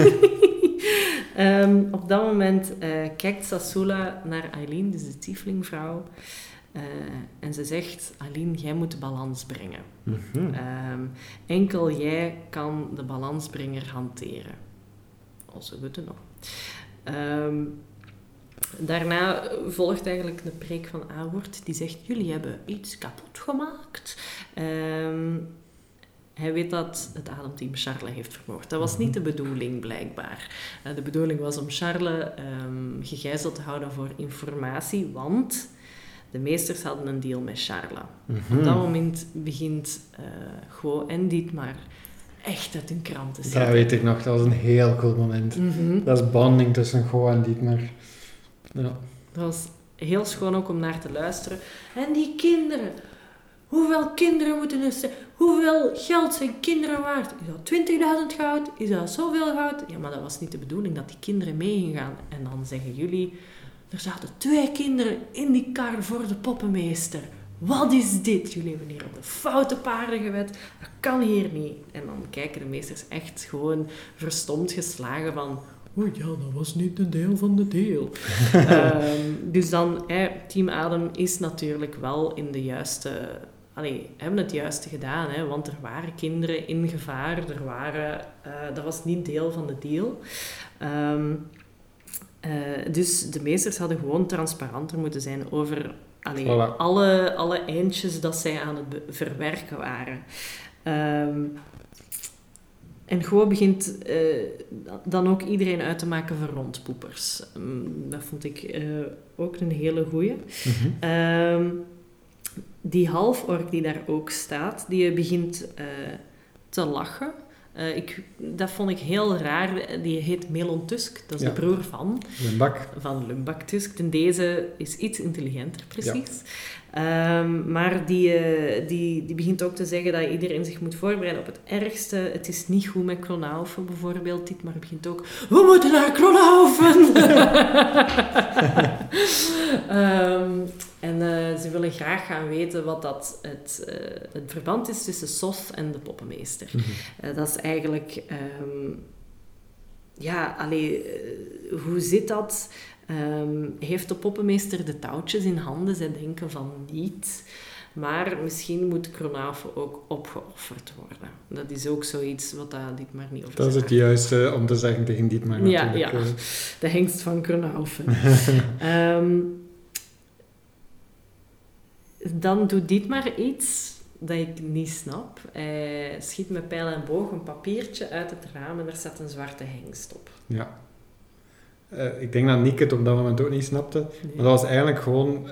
Speaker 1: Op dat moment kijkt Sasula naar Eileen, dus de tieflingvrouw. En ze zegt, Eileen, jij moet de balans brengen. Enkel jij kan de balansbrenger hanteren. Onze goede nog. Daarna volgt eigenlijk de preek van Awoord. Die zegt, jullie hebben iets kapot gemaakt. Hij weet dat het Ademteam Charles heeft vermoord. Dat was niet de bedoeling, blijkbaar. De bedoeling was om Charles gegijzeld te houden voor informatie, want de meesters hadden een deal met Charles. Op dat moment begint Go en Dietmar echt uit hun krant te zitten.
Speaker 2: Dat weet ik nog, dat was een heel cool moment. Dat is bonding tussen Go en Dietmar. Ja.
Speaker 1: Dat was heel schoon ook om naar te luisteren. En die kinderen, hoeveel kinderen moeten er zijn? Hoeveel geld zijn kinderen waard? Is dat 20.000 goud? Is dat zoveel goud? Ja, maar dat was niet de bedoeling dat die kinderen mee gingen gaan. En dan zeggen jullie, er zaten 2 kinderen in die kar voor de poppenmeester. Wat is dit? Jullie hebben hier op de foute paarden gewed. Dat kan hier niet. En dan kijken de meesters echt gewoon verstomd geslagen van... Oei, ja, dat was niet een deel van de deal. Dus dan, Team Adem is natuurlijk wel in de juiste... hebben het juiste gedaan, hè, want er waren kinderen in gevaar. Dat was niet deel van de deal. Dus de meesters hadden gewoon transparanter moeten zijn over alle eindjes dat zij aan het verwerken waren. En Go begint dan ook iedereen uit te maken voor rondpoepers. Dat vond ik ook een hele goeie. Die halfork die daar ook staat, die begint te lachen. Dat vond ik heel raar. Die heet Melon Tusk. Dat is de broer van Lumbak Tusk. En deze is iets intelligenter, precies. Ja. Maar die begint ook te zeggen dat iedereen zich moet voorbereiden op het ergste. Het is niet goed met Kronaufen bijvoorbeeld. Dietmar begint ook... We moeten naar Kronaufen! En ze willen graag gaan weten wat dat het verband is tussen Soth en de poppenmeester. Dat is eigenlijk... hoe zit dat? Heeft de poppenmeester de touwtjes in handen? Zij denken van niet. Maar misschien moet Kronaufen ook opgeofferd worden. Dat is ook zoiets wat Dietmar niet over
Speaker 2: zegt. Dat is het juiste om te zeggen tegen Dietmar.
Speaker 1: Ja, de hengst van Kronaufen. Dan doet Dietmar iets dat ik niet snap. Hij schiet met pijl en boog een papiertje uit het raam en er staat een zwarte hengst op.
Speaker 2: Ja. Ik denk dat Nick het op dat moment ook niet snapte. Nee. Maar dat was eigenlijk gewoon...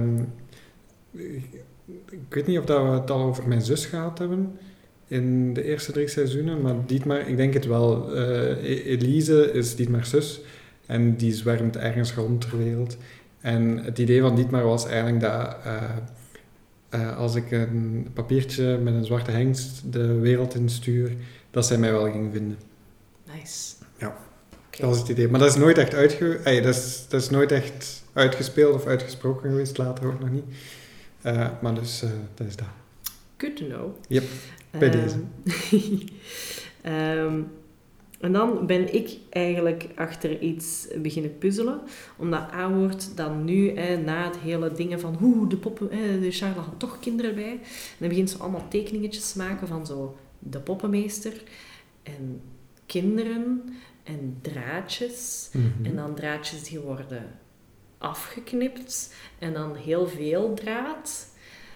Speaker 2: ik weet niet of dat we het al over mijn zus gehad hebben in de eerste 3 seizoenen, maar Dietmar, ik denk het wel. Elise is Dietmar's zus en die zwermt ergens rond ter wereld. En het idee van Dietmar was eigenlijk dat als ik een papiertje met een zwarte hengst de wereld instuur, dat zij mij wel ging vinden.
Speaker 1: Nice.
Speaker 2: Ja, okay. Dat was het idee. Maar dat is nooit echt dat is nooit echt uitgespeeld of uitgesproken geweest, later ook nog niet. Maar dus, dat is dat.
Speaker 1: Good to know.
Speaker 2: Yep, bij deze.
Speaker 1: En dan ben ik eigenlijk achter iets beginnen puzzelen. Omdat Awoord dan nu, na het hele dingen van... de poppen... de Charles had toch kinderen bij. En dan begint ze allemaal tekeningetjes te maken van zo... De poppenmeester. En kinderen. En draadjes. En dan draadjes die worden afgeknipt. En dan heel veel draad.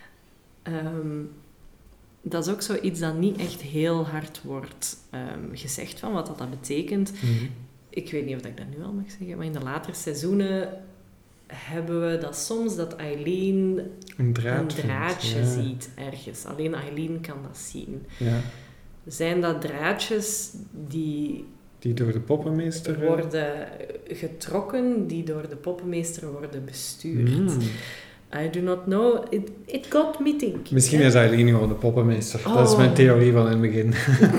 Speaker 1: Dat is ook zoiets dat niet echt heel hard wordt gezegd van wat dat betekent. Ik weet niet of ik dat nu al mag zeggen, maar in de latere seizoenen hebben we dat soms dat Eileen een draadje ziet ergens. Alleen Eileen kan dat zien.
Speaker 2: Ja. Zijn
Speaker 1: dat draadjes die
Speaker 2: door de poppenmeester
Speaker 1: worden getrokken, die door de poppenmeester worden bestuurd? I do not know. It got me thinking.
Speaker 2: Misschien is Eileen gewoon de poppenmeester. Oh. Dat is mijn theorie van in het begin.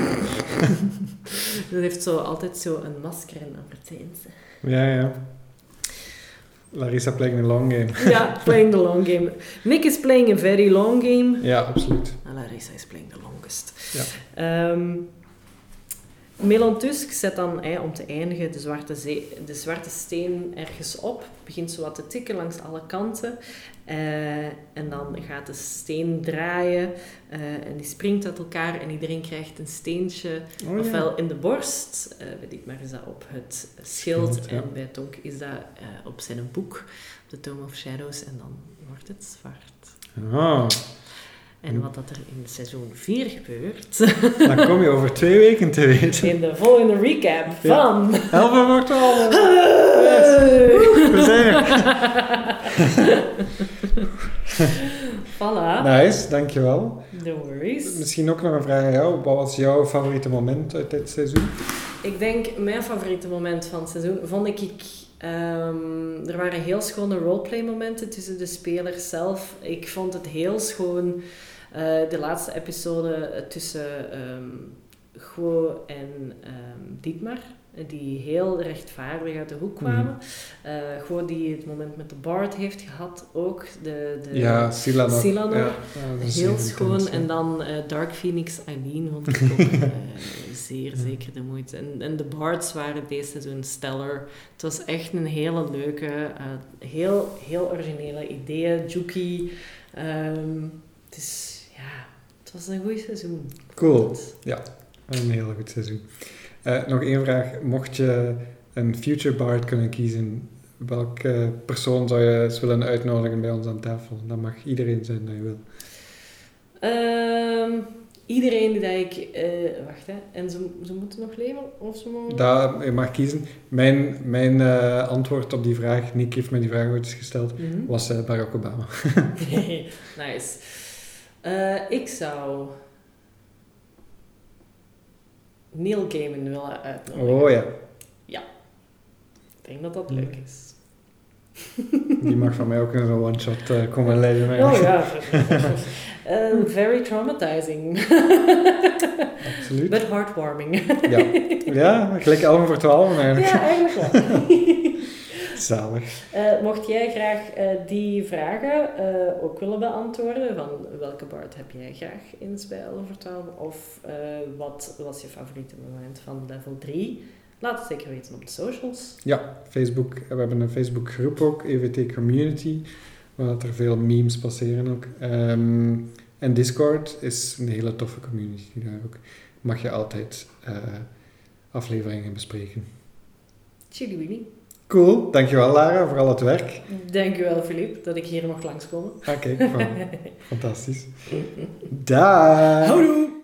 Speaker 1: Dat heeft altijd zo een masker en advertentie.
Speaker 2: Ja. Larissa playing the long game.
Speaker 1: Ja, playing the long game. Nick is playing a very long game.
Speaker 2: Ja, absoluut.
Speaker 1: En Larissa is playing the longest.
Speaker 2: Ja.
Speaker 1: Melon Tusk zet dan, om te eindigen, de zwarte steen ergens op. Begint zo wat te tikken langs alle kanten. En dan gaat de steen draaien. En die springt uit elkaar. En iedereen krijgt een steentje. Ofwel in de borst. Bij Dietmar is dat op het schild. En bij Tonk is dat op zijn boek. The Tome of Shadows. En dan wordt het zwart. En wat dat er in seizoen 4 gebeurt...
Speaker 2: Dan kom je over 2 weken te weten.
Speaker 1: In de volgende recap van...
Speaker 2: 11 voor 12. Yes. We zijn er.
Speaker 1: Voilà.
Speaker 2: Nice, dankjewel.
Speaker 1: No worries.
Speaker 2: Misschien ook nog een vraag aan jou. Wat was jouw favoriete moment uit dit seizoen?
Speaker 1: Ik denk, mijn favoriete moment van het seizoen vond ik... er waren heel schone roleplay momenten tussen de spelers zelf. Ik vond het heel schoon. De laatste episode tussen Guo en Dietmar, die heel rechtvaardig uit de hoek kwamen. Guo die het moment met de Bard heeft gehad, ook. Cyrano. Ja, heel schoon. En dan Dark Phoenix Eileen vond ik ook zeer zeker de moeite. En de Bards waren deze seizoen stellar. Het was echt een hele leuke, heel originele ideeën. Juki. Het was een goed seizoen.
Speaker 2: Cool. Ja, een heel goed seizoen. Nog één vraag. Mocht je een future Bard kunnen kiezen, welke persoon zou je eens willen uitnodigen bij ons aan tafel? Dat mag iedereen zijn dat je wil.
Speaker 1: Iedereen die dat ik... wacht, hè. En ze moeten nog leven? Of ze mogen...
Speaker 2: Dat, je mag kiezen. Mijn antwoord op die vraag, Nick heeft mij die vraag ooit eens gesteld, was Barack Obama.
Speaker 1: Nice. Ik zou... Neil Gaiman willen uitnodigen.
Speaker 2: Oh ja.
Speaker 1: Ja. Ik denk dat dat leuk is.
Speaker 2: Die mag van mij ook een one-shot komen leiden.
Speaker 1: Oh ja. Very traumatizing.
Speaker 2: Absoluut.
Speaker 1: But heartwarming.
Speaker 2: Ja, gelijk 11 voor 12 eigenlijk.
Speaker 1: Ja, eigenlijk wel.
Speaker 2: Zalig.
Speaker 1: Mocht jij graag die vragen ook willen beantwoorden, van welke Bard heb jij graag in bij 11 voor 12? Of wat was je favoriete moment van level 3? Laat het zeker weten op de socials. Ja,
Speaker 2: Facebook. We hebben een Facebookgroep ook, EVT Community, waar er veel memes passeren ook. En Discord is een hele toffe community. Daar ook mag je altijd afleveringen bespreken.
Speaker 1: Chili Willy.
Speaker 2: Cool, dankjewel Lara voor al het werk.
Speaker 1: Dankjewel Philippe, dat ik hier nog langskomen.
Speaker 2: Oké, fantastisch. Daag!
Speaker 1: Houdoe!